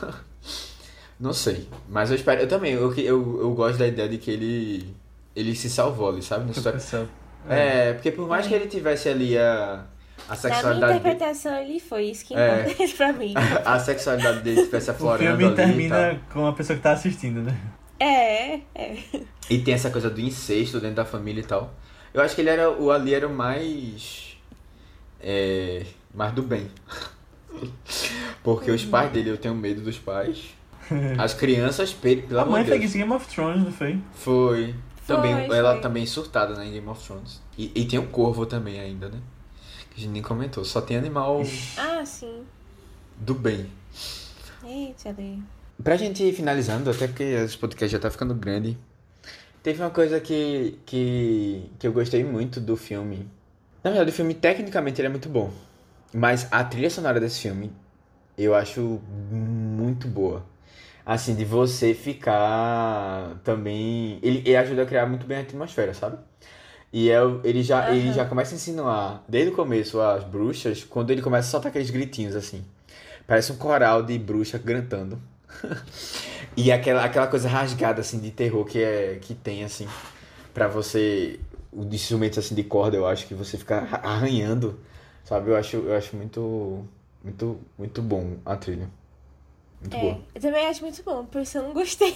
Não sei. Mas eu espero. Eu também, eu, eu, eu gosto da ideia de que ele. Ele se salvou ali, sabe? Na história. É, porque por mais que ele tivesse ali a. A Na minha sexualidade dele, interpretação, ele foi isso que É. importa pra mim. a sexualidade dele tivesse O aflorando filme ali e termina tal. com a pessoa que tá assistindo, né? É, é. E tem essa coisa do incesto dentro da família e tal. Eu acho que ele era o ali era o mais. É, mais do bem. Porque os pais dele, eu tenho medo dos pais. As crianças, pe- pelo A amor mãe de fez Deus. isso em Game of Thrones, não foi? Foi. Foi, Também, ela foi. também surtada, né, em Game of Thrones. E, e tem o corvo também ainda, né? Que a gente nem comentou. Só tem animal Ah, sim. do bem. Eita, Deus. Pra gente ir finalizando, até porque esse podcast já tá ficando grande. Teve uma coisa que, que, que eu gostei muito do filme. Na verdade, o filme, tecnicamente, ele é muito bom. Mas a trilha sonora desse filme, eu acho muito boa. Assim, de você ficar também... Ele, ele ajuda a criar muito bem a atmosfera, sabe? E é, o- ele, já, ele Aham. já começa a insinuar, desde o começo, as bruxas, quando ele começa a soltar aqueles gritinhos, assim. Parece um coral de bruxa cantando. E aquela, aquela coisa rasgada, assim, de terror que, é, que tem, assim, pra você... Os instrumentos, assim, de corda, eu acho que você fica arra- arranhando, sabe? Eu acho, eu acho muito, muito, muito bom a trilha. Muito É, boa. eu também acho muito bom, por isso eu não gostei.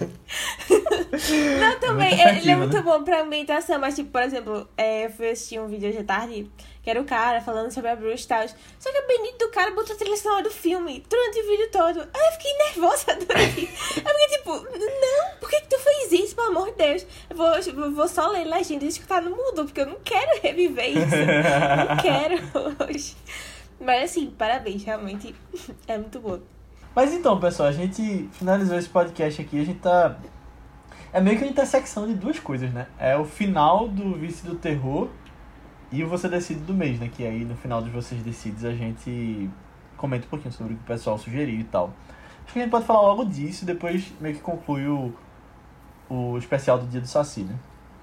Não, também, Muito ele é efetiva, muito né? bom pra ambientação, mas, tipo, por exemplo, é, eu fui assistir um vídeo hoje à tarde, que era o cara falando sobre a bruxa e tal. Só que o benito do cara botou a trilha sonora do filme durante o vídeo todo. Aí eu fiquei nervosa durante. Eu fiquei tipo, não, por que, que tu fez isso, pelo amor de Deus? Eu vou, eu vou só ler legenda e escutar no mudo, porque eu não quero reviver isso. Eu não quero hoje. Mas assim, parabéns, realmente é muito bom. Mas então, pessoal, a gente finalizou esse podcast aqui, a gente tá... É meio que uma intersecção de duas coisas, né? É o final do Vice do Terror e o Você Decide do mês, né? Que aí no final de Vocês Decides a gente comenta um pouquinho sobre o que o pessoal sugeriu e tal. Acho que a gente pode falar logo disso e depois meio que conclui o, o especial do Dia do Saci, né?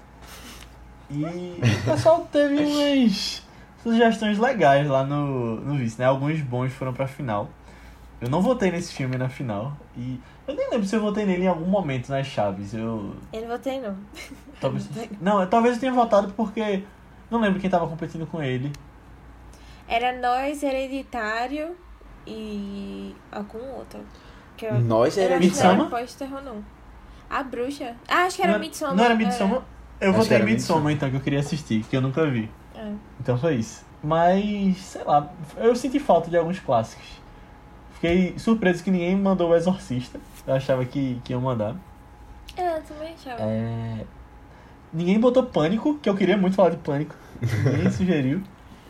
E o pessoal teve umas sugestões legais lá no, no Vice, né? Alguns bons foram pra final. Eu não votei nesse filme na final. E eu nem lembro se eu votei nele em algum momento nas chaves. Eu. Eu não votei, não. Talvez. Não, talvez eu tenha votado porque. Não lembro quem tava competindo com ele. Era Nós, Hereditário e algum outro. Que eu... Nós eu era acho que não era Midsommar? pós-terror, não. A Bruxa. Ah, acho que era não, Midsommar. Não era é. Midsommar? Eu Acho que votei era em Midsommar, Midsommar. então, que eu queria assistir, que eu nunca vi. É. Então foi isso. Mas, sei lá, eu senti falta de alguns clássicos. Fiquei surpreso que ninguém mandou o Exorcista. Eu achava que, que iam mandar. É, eu também achava. É... Ninguém botou Pânico, que eu queria muito falar de Pânico. Ninguém sugeriu.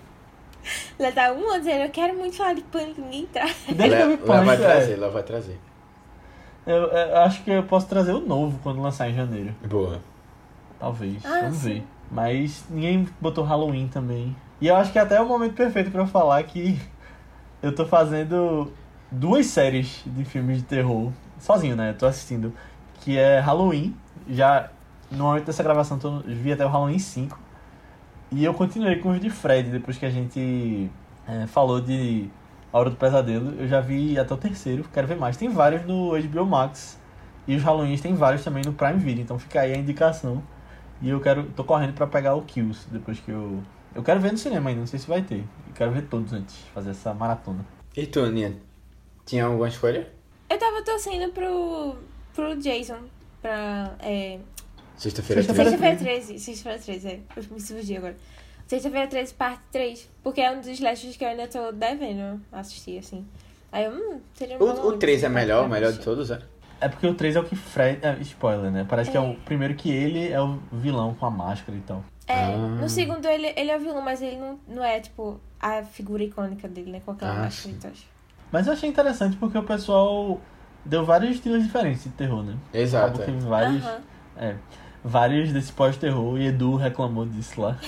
Ela tá um ano dizendo, eu quero muito falar de Pânico, ninguém tá. E desde que eu vi Lá vai Pânico, é, trazer, lá vai trazer. eu, eu acho que eu posso trazer o novo quando lançar em janeiro. Boa. Talvez, Ah, vamos sim. ver. Mas ninguém botou Halloween também. E eu acho que até é o momento perfeito pra eu falar que eu tô fazendo duas séries de filmes de terror, sozinho, né? Eu tô assistindo. Que é Halloween, já no momento dessa gravação, tô, vi até o Halloween cinco. E eu continuei com os de Fred, depois que a gente é, falou de A Hora do Pesadelo. Eu já vi até o terceiro, quero ver mais. Tem vários no H B O Max. E os Halloweens tem vários também no Prime Video. Então fica aí a indicação. E eu quero, tô correndo pra pegar o Kills, depois que eu... Eu quero ver no cinema ainda, não sei se vai ter. Eu quero ver todos antes, fazer essa maratona. E tu, Aninha? Tinha alguma escolha? Eu tava torcendo pro, pro Jason, pra... É... Sexta-feira Sexta-feira treze. Sexta-feira treze, sexta-feira treze, é. Eu me surgi agora. Sexta-feira treze, parte três. Porque é um dos slashers que eu ainda tô devendo assistir, assim. Aí eu, hum, seria um bom O, o momento, três é assim, melhor, pra o melhor de assistir. todos, é? É porque o três é o que Fred... É, spoiler, né? Parece que é É. o primeiro que ele é o vilão com a máscara e tal. É, Ah. no segundo ele, ele é o vilão, mas ele não, não é, tipo, a figura icônica dele, né? Com aquela Ah, máscara sim. e tal. Mas eu achei interessante porque o pessoal deu vários estilos diferentes de terror, né? Exato. Acabou que É. vários, Aham. é, vários desse pós-terror, e Edu reclamou disso lá.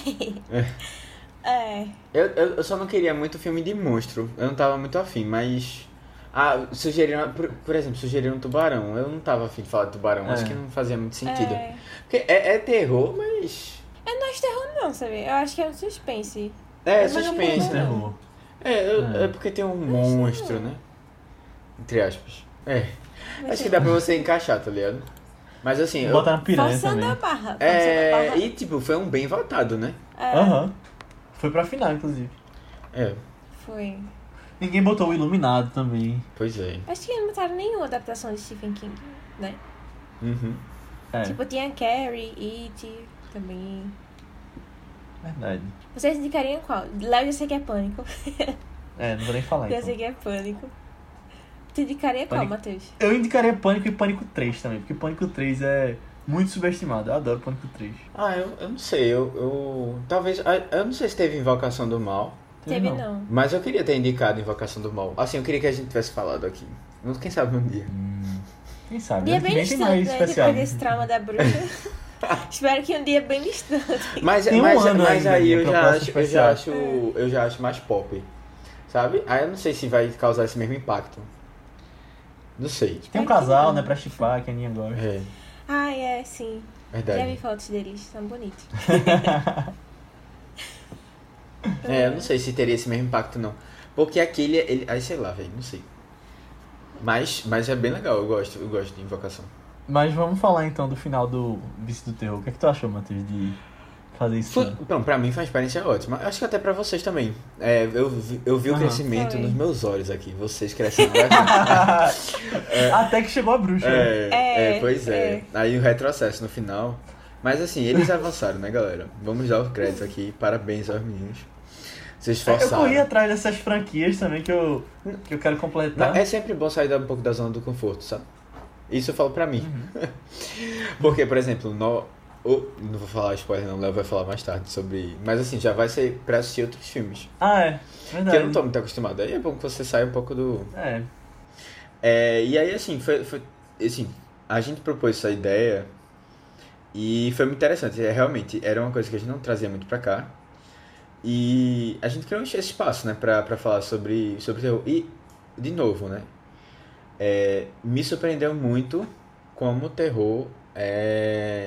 É. Eu, eu, eu só não queria muito filme de monstro. Eu não tava muito afim, mas. Ah, sugeriram, por, por exemplo, sugeriram Tubarão. Eu não tava afim de falar de Tubarão. É. Acho que não fazia muito sentido. É. Porque é, é terror, mas. É não é de terror, não, sabe? Eu acho que é um suspense. É, Mas não suspense. é né? Terror. É, eu- É. é porque tem um Mas não. monstro, né? Entre aspas. É. Mas Acho que é. dá pra você encaixar, tá ligado? Mas assim, eu. Botar na piranha Forçando também. a barra. Forçando a É. barra. E tipo, foi um bem votado, né? É, Aham. Foi pra final, inclusive. É, foi. Ninguém botou o Iluminado também. pois é. Acho que não botaram nenhuma adaptação de Stephen King, né? Uhum. É, Tipo, tinha Carrie, It, também. verdade. Vocês indicariam qual? Léo, eu sei que é Pânico. É, não vou nem falar Eu então. sei que é Pânico. Tu indicaria qual, Pânico. Matheus? Eu indicaria Pânico e Pânico três também, porque Pânico três é muito subestimado. Eu adoro Pânico três. Ah, eu, eu não sei, eu, eu. Talvez. ah, Eu não sei se teve Invocação do Mal. Teve não. Mas eu queria ter indicado Invocação do Mal. Assim, eu queria que a gente tivesse falado aqui. Não- Quem sabe um dia. Hum, quem sabe? Dia Ano que bem vem tem distante, mais né? especial. Depois desse trauma da bruxa. Espero que um dia bem distante. Mas, Tem um mas, ano mas ainda, aí né, eu já, proposta acho, eu, já especial. acho, eu já acho mais pop. Sabe? Aí eu não sei se vai causar esse mesmo impacto. Não sei. Tem um casal, né, pra chipar, que a Aninha gosta. É, Ai, é, sim. Já vi verdade. fotos deles, são bonitos. É, eu não sei se teria esse mesmo impacto, não. Porque aquele, ele, aí sei lá, velho, não sei. Mas, mas é bem legal, eu gosto, eu gosto de Invocação. Mas vamos falar então do final do Vício do Terror. O que é que tu achou, Matheus, de fazer isso? Foi, bom, pra mim foi uma experiência ótima. Acho que até pra vocês também. É, eu, vi- eu vi o Aham. crescimento Foi. nos meus olhos aqui. Vocês crescendo bastante. Até que chegou a bruxa. né? É, É, é, pois é. é. Aí o retrocesso no final. Mas assim, eles avançaram, né, galera? Vamos dar os créditos aqui. Parabéns aos meninos. Vocês Eu esforçaram. corri atrás dessas franquias também que eu, que eu quero completar. Não, é sempre bom sair da- um pouco da zona do conforto, sabe? Isso eu falo pra mim. Uhum. Porque, por exemplo, no, o- não vou falar spoiler não, o Léo vai falar mais tarde sobre... Mas assim, já vai ser pra assistir outros filmes. Ah, é. Que Verdade. eu não tô muito acostumado. Aí é bom que você saia um pouco do... É. É, e aí, assim, foi, foi... Assim, a gente propôs essa ideia e foi muito interessante. É, realmente, era uma coisa que a gente não trazia muito pra cá. E a gente criou esse espaço, né, pra, pra falar sobre, sobre terror. E, de novo, né, é, me surpreendeu muito como o terror é...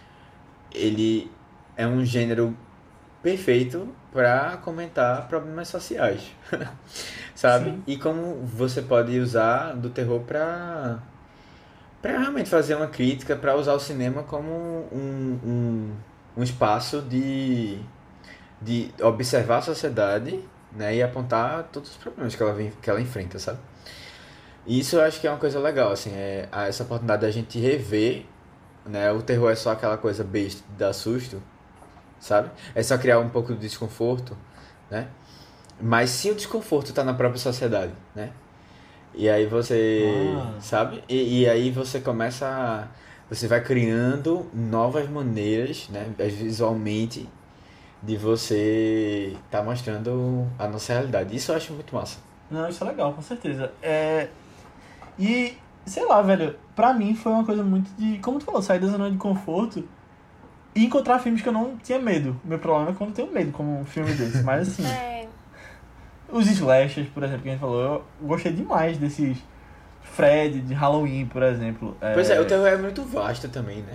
Ele é um gênero perfeito pra comentar problemas sociais, sabe? Sim. E como você pode usar do terror pra, pra realmente fazer uma crítica, pra usar o cinema como um, um, um espaço de, de observar a sociedade, né? E apontar todos os problemas que ela, vem, que ela enfrenta, sabe? E isso eu acho que é uma coisa legal, assim, é a- essa oportunidade da gente rever, né? O terror é só aquela coisa besta de dar susto, sabe? É só criar um pouco de desconforto, né? Mas se o desconforto tá na própria sociedade, né? E aí você, Ah. sabe? E, e aí você começa a... Você vai criando novas maneiras, né? Visualmente, de você tá mostrando a nossa realidade. Isso eu acho muito massa. Não, isso é legal, com certeza. É... E, sei lá, velho, pra mim foi uma coisa muito de... Como tu falou, sair da zona de conforto e encontrar filmes que eu não tinha medo. O meu problema é quando eu tenho medo, como um filme desse. Mas, assim, É, os slashers, por exemplo, que a gente falou, eu gostei demais desses Fred, de Halloween, por exemplo. Pois é, o terror é muito vasto também, né?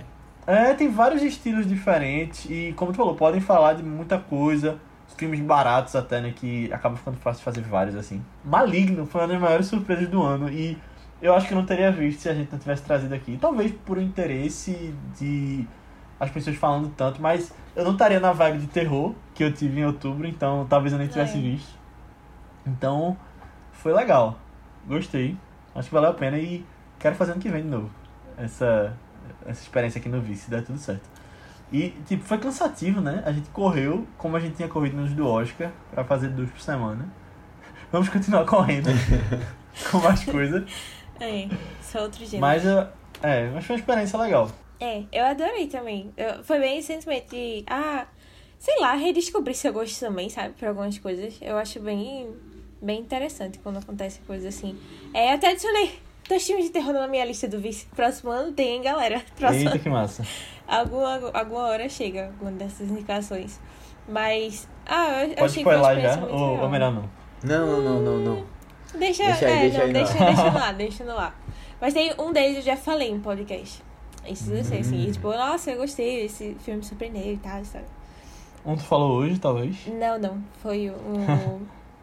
É, tem vários estilos diferentes e, como tu falou, podem falar de muita coisa. Os filmes baratos até, né, que acaba ficando fácil de fazer vários, assim. Maligno foi uma das maiores surpresas do ano e eu acho que eu não teria visto se a gente não tivesse trazido aqui. Talvez por um interesse de as pessoas falando tanto, mas eu não estaria na vibe de terror que eu tive em outubro, então talvez eu nem tivesse É. visto. Então, foi legal. Gostei. Acho que valeu a pena e quero fazer ano que vem de novo. Essa, essa experiência aqui no Vice, se der tudo certo. E, tipo, foi cansativo, né? A gente correu, como a gente tinha corrido nos do Oscar, pra fazer dois por semana. Vamos continuar correndo com mais coisa. É, só outro gênero. Mas, eu- é, mas foi uma experiência legal. É, eu adorei também. Eu, foi bem sentimento de, ah, sei lá, redescobrir seu gosto também, sabe? Por algumas coisas. Eu acho bem, bem interessante quando acontece coisas assim. É, eu até adicionei dois filmes de terror na minha lista do Vice. Próximo ano tem, hein, galera? Próximo Eita, que massa. Alguma, alguma hora chega alguma dessas indicações. Mas, ah, eu, eu Pode achei que foi uma spoiler já? experiência muito Ou, legal. ou melhor não? Não, não, não, não, não. Deixa, Deixa aí, é, deixa não, aí, deixa, não. deixa no ar, deixa no ar. Mas tem um deles eu já falei em podcast. Isso eu sei, assim, Hum. tipo, nossa, eu gostei, esse filme me surpreendeu e tal, sabe? Um tu falou hoje, talvez? Não, não, foi o...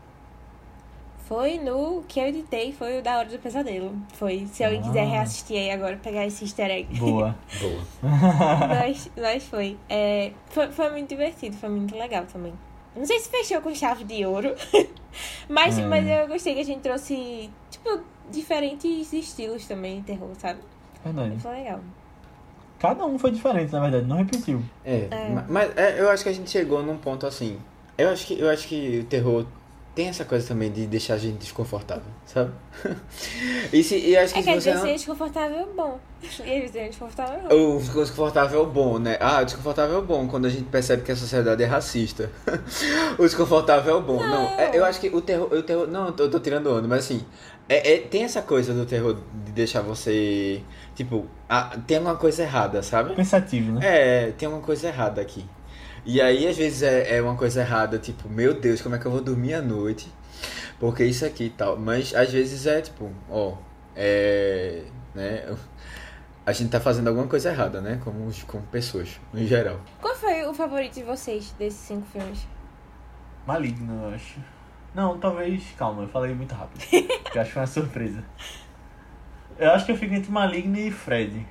foi no que eu editei, foi o da Hora do Pesadelo. Foi, se alguém quiser Ah. reassistir aí agora, pegar esse easter egg. Boa. Boa. Mas, mas foi. É, foi. Foi muito divertido, foi muito legal também. Não sei se fechou com chave de ouro, mas, Hum. mas eu gostei que a gente trouxe, tipo, diferentes estilos também de terror, sabe? Verdade. Foi legal. Cada um foi diferente, na verdade, não repetiu. É, É. ma- mas é, eu acho que a gente chegou num ponto assim. Eu acho que, eu acho que o terror tem essa coisa também de deixar a gente desconfortável, sabe? e, se, e acho que É que se às você vezes não... é desconfortável bom. E às vezes é desconfortável não. O desconfortável é bom, né? Ah, o desconfortável é bom quando a gente percebe que a sociedade é racista. o desconfortável é bom. Não, Não. é- eu acho que o terror, o terror. Não, eu tô, eu tô tirando onda, mas assim. É, é- tem essa coisa do terror de deixar você. Tipo, ah, tem alguma coisa errada, sabe? Pensativo, né? É, tem uma coisa errada aqui. E aí, às vezes, é, é uma coisa errada, tipo, meu Deus, como é que eu vou dormir à noite? Porque isso aqui e tal. Mas, às vezes, é tipo, ó, é... né? A gente tá fazendo alguma coisa errada, né? Como, os- como pessoas, em geral. Qual foi o favorito de vocês desses cinco filmes? Maligno, eu acho. Não, talvez... Calma, eu falei muito rápido. Porque eu acho que foi uma surpresa. Eu acho que eu fico entre Maligno e Fred.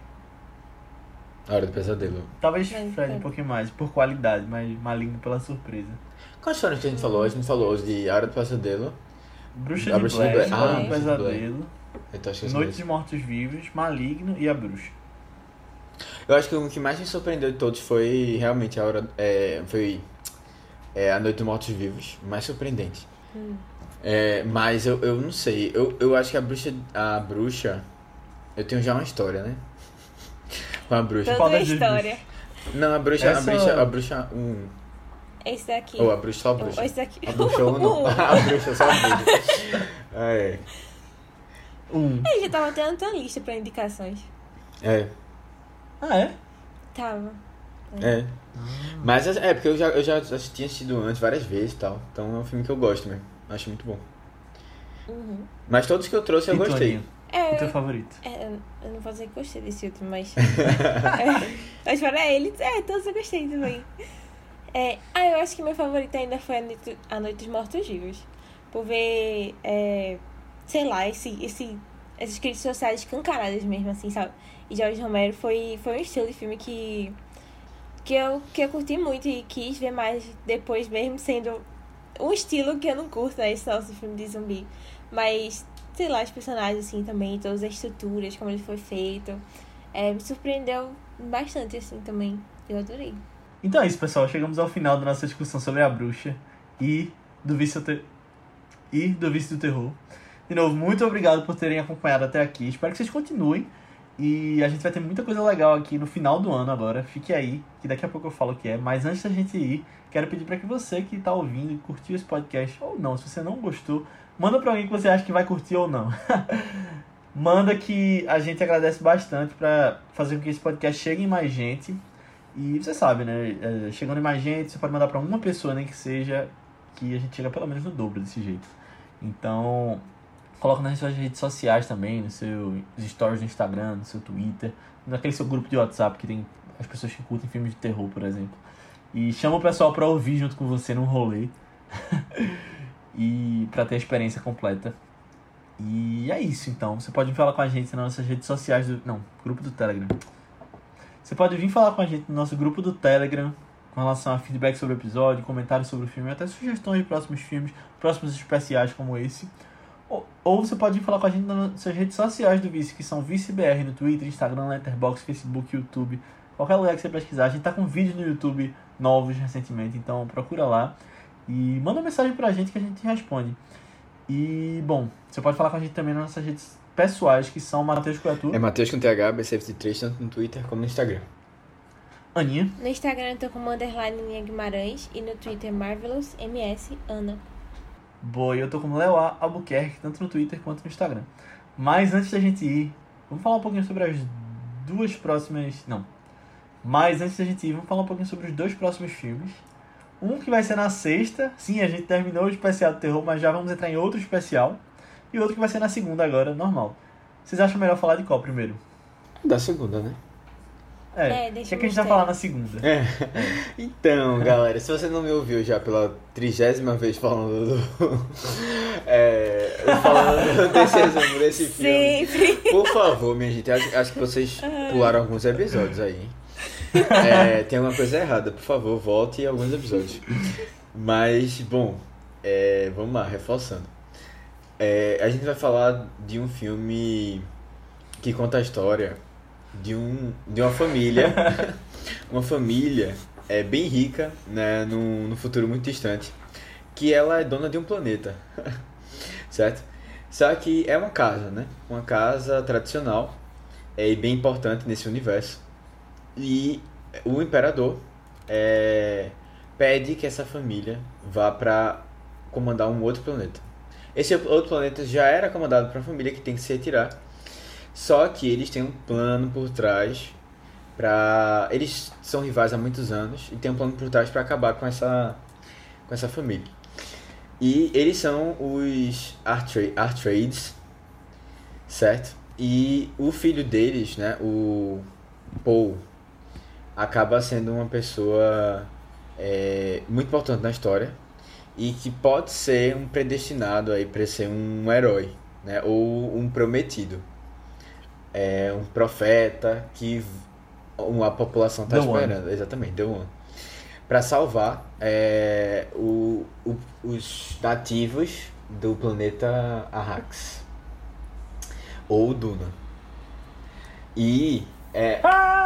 A Hora do Pesadelo. Talvez Mas, Fred é. um pouquinho mais, por qualidade, mas Maligno pela surpresa. Quais foram que a gente falou? A gente falou os de A Hora do Pesadelo. Bruxa A de Bruxa de Blair, Blair. Hora Ah, do Bruxa de Blair. Pesadelo, Então, acho que eu Noite sou de Mortos-Vivos, Maligno e A Bruxa. Eu acho que o que mais me surpreendeu de todos foi realmente a hora. É, foi é, A Noite dos Mortos Vivos. Mais surpreendente. Hum. É, mas eu, eu não sei. Eu, eu acho que a bruxa. A bruxa. Eu tenho já uma história, né? Com a bruxa. Toda a das duas história. Não, a bruxa. A Essa- bruxa. A bruxa. Um. Esse daqui. Ou a bruxa só a bruxa. Ou esse daqui. A bruxa ou não. A bruxa só a bruxa. É. Um. Ele já tava tendo tanta lista pra indicações. É. Ah, é? Tava. É. Mas é porque eu já, eu já tinha assistido antes várias vezes e tal. Então é um filme que eu gosto mesmo. Acho muito bom. Uhum. Mas todos que eu trouxe eu E gostei. Toninho, É, o teu favorito? é, eu não vou dizer que gostei desse último, mas. é, mas para ele, é, todos eu gostei também. É, ah, eu acho que meu favorito ainda foi A Noite, a Noite dos Mortos-Vivos. Por ver, é, sei lá, esse, esse, essas críticas sociais escancaradas mesmo, assim, sabe? E Jorge Romero foi, foi um estilo de filme que, que, eu, que eu curti muito e quis ver mais depois, mesmo sendo um estilo que eu não curto, né? Esse nosso filme de zumbi. Mas, sei lá, os personagens, assim, também, todas as estruturas, como ele foi feito. É, me surpreendeu bastante, assim, também. Eu adorei. Então é isso, pessoal. Chegamos ao final da nossa discussão sobre A Bruxa e do Vício, te... e do Vício do Terror. De novo, muito obrigado por terem acompanhado até aqui. Espero que vocês continuem. E a gente vai ter muita coisa legal aqui no final do ano agora. Fique aí, que daqui a pouco eu falo o que é. Mas antes da gente ir, quero pedir para que você que está ouvindo e curtiu esse podcast, ou não, se você não gostou, manda para alguém que você acha que vai curtir ou não. Manda, que a gente agradece bastante para fazer com que esse podcast chegue em mais gente. E você sabe, né? É, chegando em mais gente, você pode mandar para uma pessoa, nem que seja, que a gente chega pelo menos no dobro desse jeito. Então, coloca nas suas redes sociais também, nos seus stories do Instagram, no seu Twitter, naquele seu grupo de WhatsApp que tem as pessoas que curtem filmes de terror, por exemplo. E chama o pessoal pra ouvir junto com você num rolê. E pra ter a experiência completa. E é isso, então. Você pode vir falar com a gente nas nossas redes sociais do... Não, grupo do Telegram. Você pode vir falar com a gente no nosso grupo do Telegram com relação a feedback sobre o episódio, comentários sobre o filme, até sugestões de próximos filmes, próximos especiais como esse. Ou, ou você pode vir falar com a gente nas nossas redes sociais do Vice, que são ViceBR no Twitter, Instagram, Letterboxd, Facebook, YouTube. Qualquer lugar que você pesquisar. A gente tá com vídeos no YouTube novos recentemente, então procura lá. E manda uma mensagem pra gente que a gente responde. E, bom, você pode falar com a gente também nas nossas redes pessoais, que são Matheus Coiatu. É Matheus com T H, B C F três, tanto no Twitter como no Instagram. Aninha. No Instagram eu tô como underline Aninha Guimarães e no Twitter Marvelous M S Ana. Boa, e eu tô como Leo A. Albuquerque, tanto no Twitter quanto no Instagram. Mas antes da gente ir, vamos falar um pouquinho sobre as duas próximas... Não. Mas antes da gente ir, vamos falar um pouquinho sobre os dois próximos filmes. Um que vai ser na sexta. Sim, a gente terminou o especial do terror, mas já vamos entrar em outro especial. E outro que vai ser na segunda agora, normal. Vocês acham melhor falar de qual primeiro? Da segunda, né? É, É, o deixa que, é que a gente eu vai mostrar. falar na segunda? É. Então, galera, se você não me ouviu já pela trigésima vez falando do... É, falando desse resumo desse filme, Sempre. por favor, minha gente, acho, acho que vocês pularam alguns episódios aí. É, tem alguma coisa errada, por favor, volte alguns episódios. Mas, bom, é, vamos lá, reforçando. É, a gente vai falar de um filme que conta a história de, um, de uma família, uma família é, bem rica, né, no, no futuro muito distante, que ela é dona de um planeta, certo? Só que é uma casa, né? Uma casa tradicional é, e bem importante nesse universo. E o imperador é, pede que essa família vá para comandar um outro planeta. Esse outro planeta já era comandado para a família que tem que se retirar. Só que eles têm um plano por trás para... Eles são rivais há muitos anos e tem um plano por trás para acabar com essa, com essa família. E eles são os Artra- Atreides, certo? E o filho deles, né, o Paul, acaba sendo uma pessoa é, muito importante na história e que pode ser um predestinado aí para ser um herói, né, ou um prometido. É um profeta que a população está esperando. One. Exatamente, The One. Para salvar é, o, o, os nativos do planeta Arrax. Ou Duna. E... É,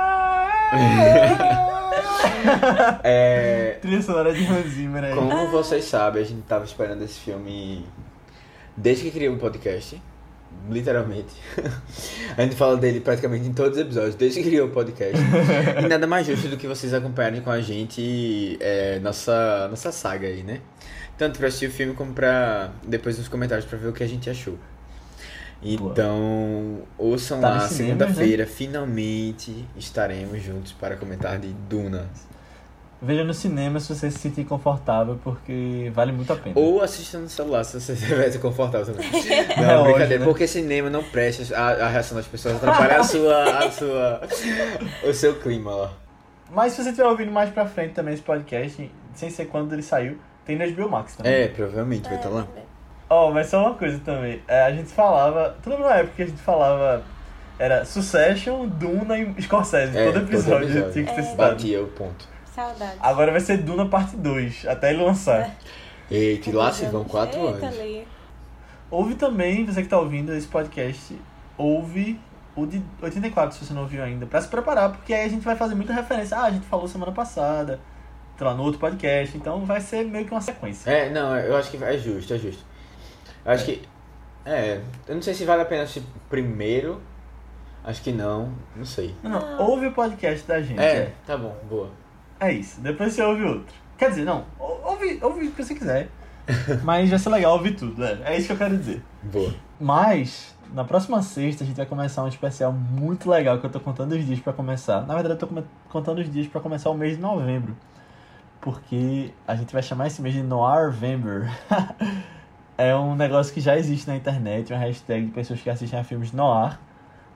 é, Trilha sonora de Hans Zimmer aí. como vocês sabem, a gente estava esperando esse filme desde que criou o podcast. Literalmente. A gente fala dele praticamente em todos os episódios, desde que criou o podcast. E nada mais justo do que vocês acompanharem com a gente é, nossa, nossa saga aí, né? Tanto pra assistir o filme como pra depois nos comentários pra ver o que a gente achou. Então, ouçam Tá lá, nos cinemas, segunda-feira, finalmente estaremos juntos para comentar de Duna. Veja no cinema se você se sentir confortável, porque vale muito a pena. Ou assista no celular se você estiver confortável também. É Não, hoje, brincadeira, né? porque cinema não presta, a, a reação das pessoas atrapalha a sua, a sua, o seu clima lá. Mas se você estiver ouvindo mais pra frente também esse podcast, sem ser quando ele saiu, tem no H B O Max também. É, provavelmente vai estar lá. Ó, oh, mas só uma coisa também. É, a gente falava... Tu lembra na época que a gente falava... Era Succession, Duna e Scorsese. É, todo episódio, todo episódio. tinha que ter É. citado. Batia o ponto. Saudades. Agora vai ser Duna parte dois, até ele lançar. Eita, e lá se vão quatro Eita, anos. Leia. Ouve também, você que tá ouvindo esse podcast, ouve o de oitenta e quatro, se você não ouviu ainda, pra se preparar, porque aí a gente vai fazer muita referência. Ah, a gente falou semana passada, sei lá, no outro podcast, então vai ser meio que uma sequência. É, não, eu acho que é justo, é justo. Eu acho que... É, eu não sei se vale a pena assistir primeiro. Acho que não, não sei. Não, não, ouve o podcast da gente. É, tá bom, boa. É isso, depois você ouve outro. Quer dizer, não, ou- ouve, ouve o que você quiser. Mas vai ser legal ouvir tudo, é, é isso que eu quero dizer. Boa. Mas, na próxima sexta, a gente vai começar um especial muito legal que eu tô contando os dias pra começar. Na verdade, eu tô come- contando os dias pra começar o mês de novembro. Porque a gente vai chamar esse mês de Noirvember. É um negócio que já existe na internet, uma hashtag de pessoas que assistem a filmes noir.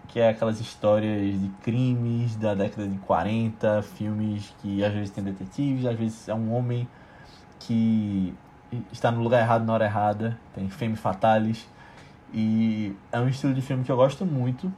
que é aquelas histórias de crimes da década de quarenta, filmes que às vezes tem detetives, às vezes é um homem que está no lugar errado na hora errada, tem femme fatales, e é um estilo de filme que eu gosto muito,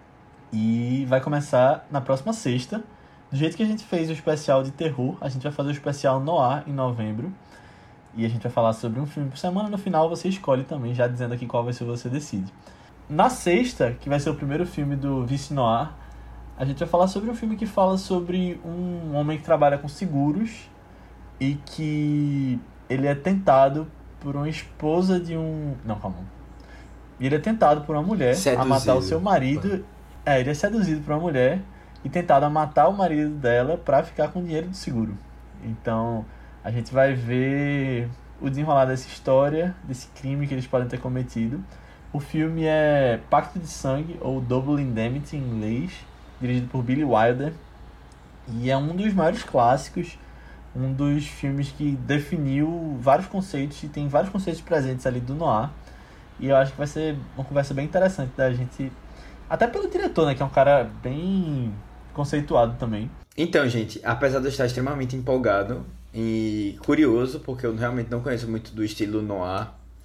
e vai começar na próxima sexta. Do jeito que a gente fez o especial de terror, a gente vai fazer o especial Noir em novembro, e a gente vai falar sobre um filme por semana. No final você escolhe também, já dizendo aqui qual vai ser, você decide. Na sexta, que vai ser o primeiro filme do Vice Noir, a gente vai falar sobre um filme que fala sobre um homem que trabalha com seguros e que ele é tentado por uma esposa de um... Não, calma. Ele é tentado por uma mulher Seduzido. a matar o seu marido. É, ele é seduzido por uma mulher e tentado a matar o marido dela pra ficar com o dinheiro do seguro. Então, a gente vai ver o desenrolar dessa história, desse crime que eles podem ter cometido. O filme é Pacto de Sangue, ou Double Indemnity em inglês, dirigido por Billy Wilder. E é um dos maiores clássicos, um dos filmes que definiu vários conceitos, e tem vários conceitos presentes ali do noir. E eu acho que vai ser uma conversa bem interessante da gente, até pelo diretor, né, que é um cara bem conceituado também. Então, gente, apesar de eu estar extremamente empolgado e curioso, porque eu realmente não conheço muito do estilo noir,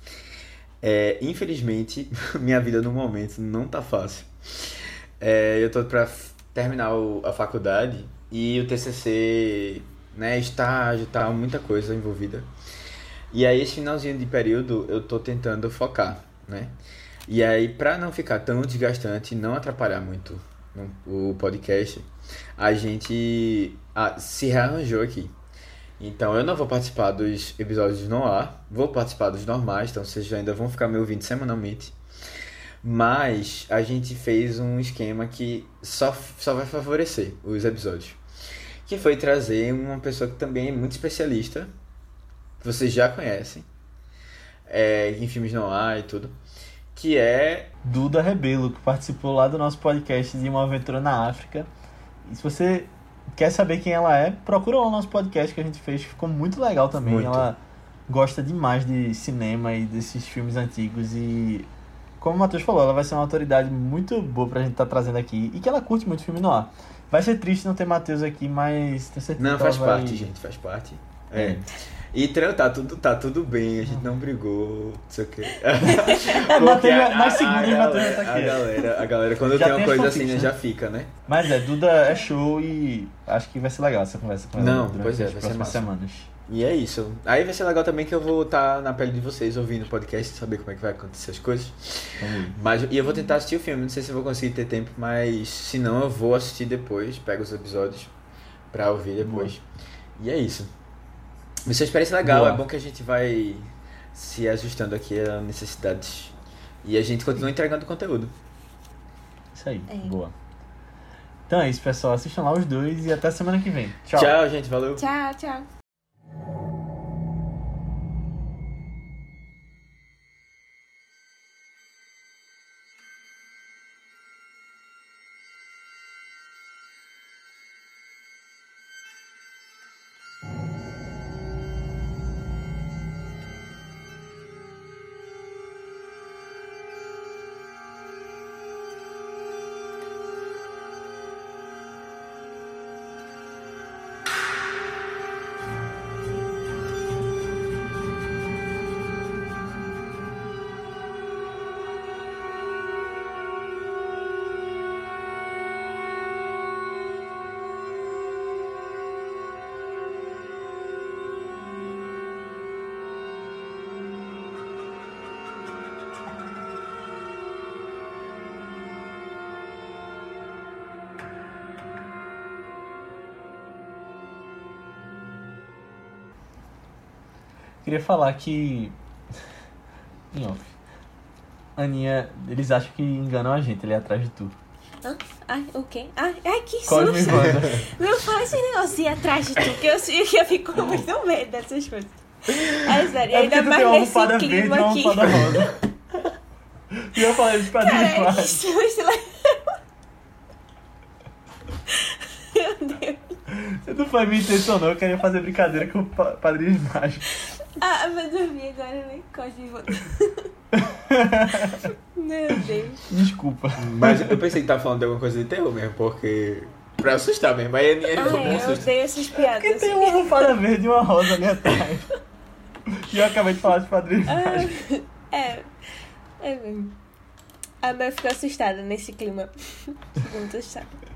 É, infelizmente, minha vida no momento não tá fácil. É, eu tô pra f- terminar o- a faculdade e o T C C, né, estágio e tal, muita coisa envolvida. E aí, esse finalzinho de período, eu tô tentando focar, né? E aí, pra não ficar tão desgastante e não atrapalhar muito no- o podcast, a gente ah, se rearranjou aqui. Então eu não vou participar dos episódios no ar, vou participar dos normais, então vocês ainda vão ficar me ouvindo semanalmente. Mas a gente fez um esquema que só, só vai favorecer os episódios. Que foi trazer uma pessoa que também é muito especialista, que vocês já conhecem, é, em filmes no ar e tudo, que é... Duda Rebelo, que participou lá do nosso podcast de Uma Aventura na África. E se você quer saber quem ela é, procura lá o nosso podcast que a gente fez, que ficou muito legal também. Muito. Ela gosta demais de cinema e desses filmes antigos, e como o Matheus falou, ela vai ser uma autoridade muito boa pra gente estar trazendo aqui, e que ela curte muito filme noir. Vai ser triste não ter Matheus aqui, mas tenho certeza Não, que ela faz vai... parte, gente, faz parte. É. É. E tra- tá tudo, tá tudo bem, a gente não brigou, não sei o quê. É, Porque Matheus, a- mais a- segundo, a e Matheus já galera- tá aqui. A galera, a galera, quando Já tem uma tem as coisa assim, fanfics, né, né? já fica, né? Mas é, Duda é show, e acho que vai ser legal essa conversa com ela Não, durante pois é, as vai ser próximas massa. semanas. E é isso. Aí vai ser legal também que eu vou estar na pele de vocês ouvindo o podcast, saber como é que vai acontecer as coisas. Vamos ver. Mas, e eu vou tentar assistir o filme, não sei se eu vou conseguir ter tempo, mas se não eu vou assistir depois, pego os episódios pra ouvir depois. E é isso. Vai ser uma experiência legal, Boa. é bom que a gente vai se ajustando aqui às necessidades. E a gente continua entregando conteúdo. Isso aí, É. boa. Então é isso, pessoal. Assistam lá os dois e até semana que vem. Tchau. Tchau, gente, valeu. Tchau, tchau. Queria falar que... Em off. Aninha, eles acham que enganam a gente ali atrás de tu. Hã? Ai, o quê? Ai, ai, que Cosme e susto. Wanda. Não fala esse negocinho atrás de tu, que eu, que eu fico com muito medo dessas coisas. É sério, É porque ainda tu mais tem uma nesse almofada verde e clima uma aqui. almofada rosa. E eu falei isso pra Cara, Deus. isso, isso... Meu Deus. Você não foi minha intenção, não. Eu queria fazer brincadeira com o pa- padrinho mágico. Ah, mas eu vi agora, né? Cosme e Wanda. Meu Deus. Desculpa. Mas eu pensei que tava falando de alguma coisa de terror mesmo, porque... Pra assustar mesmo, aí ele foi um Ai, eu susto. odeio essas piadas. Porque tem uma almofada verde e uma rosa ali atrás. E eu acabei de falar de padrinhos mágicos. Ah, é. É mesmo. A Bel ficou assustada nesse clima. Ficou muito assustada.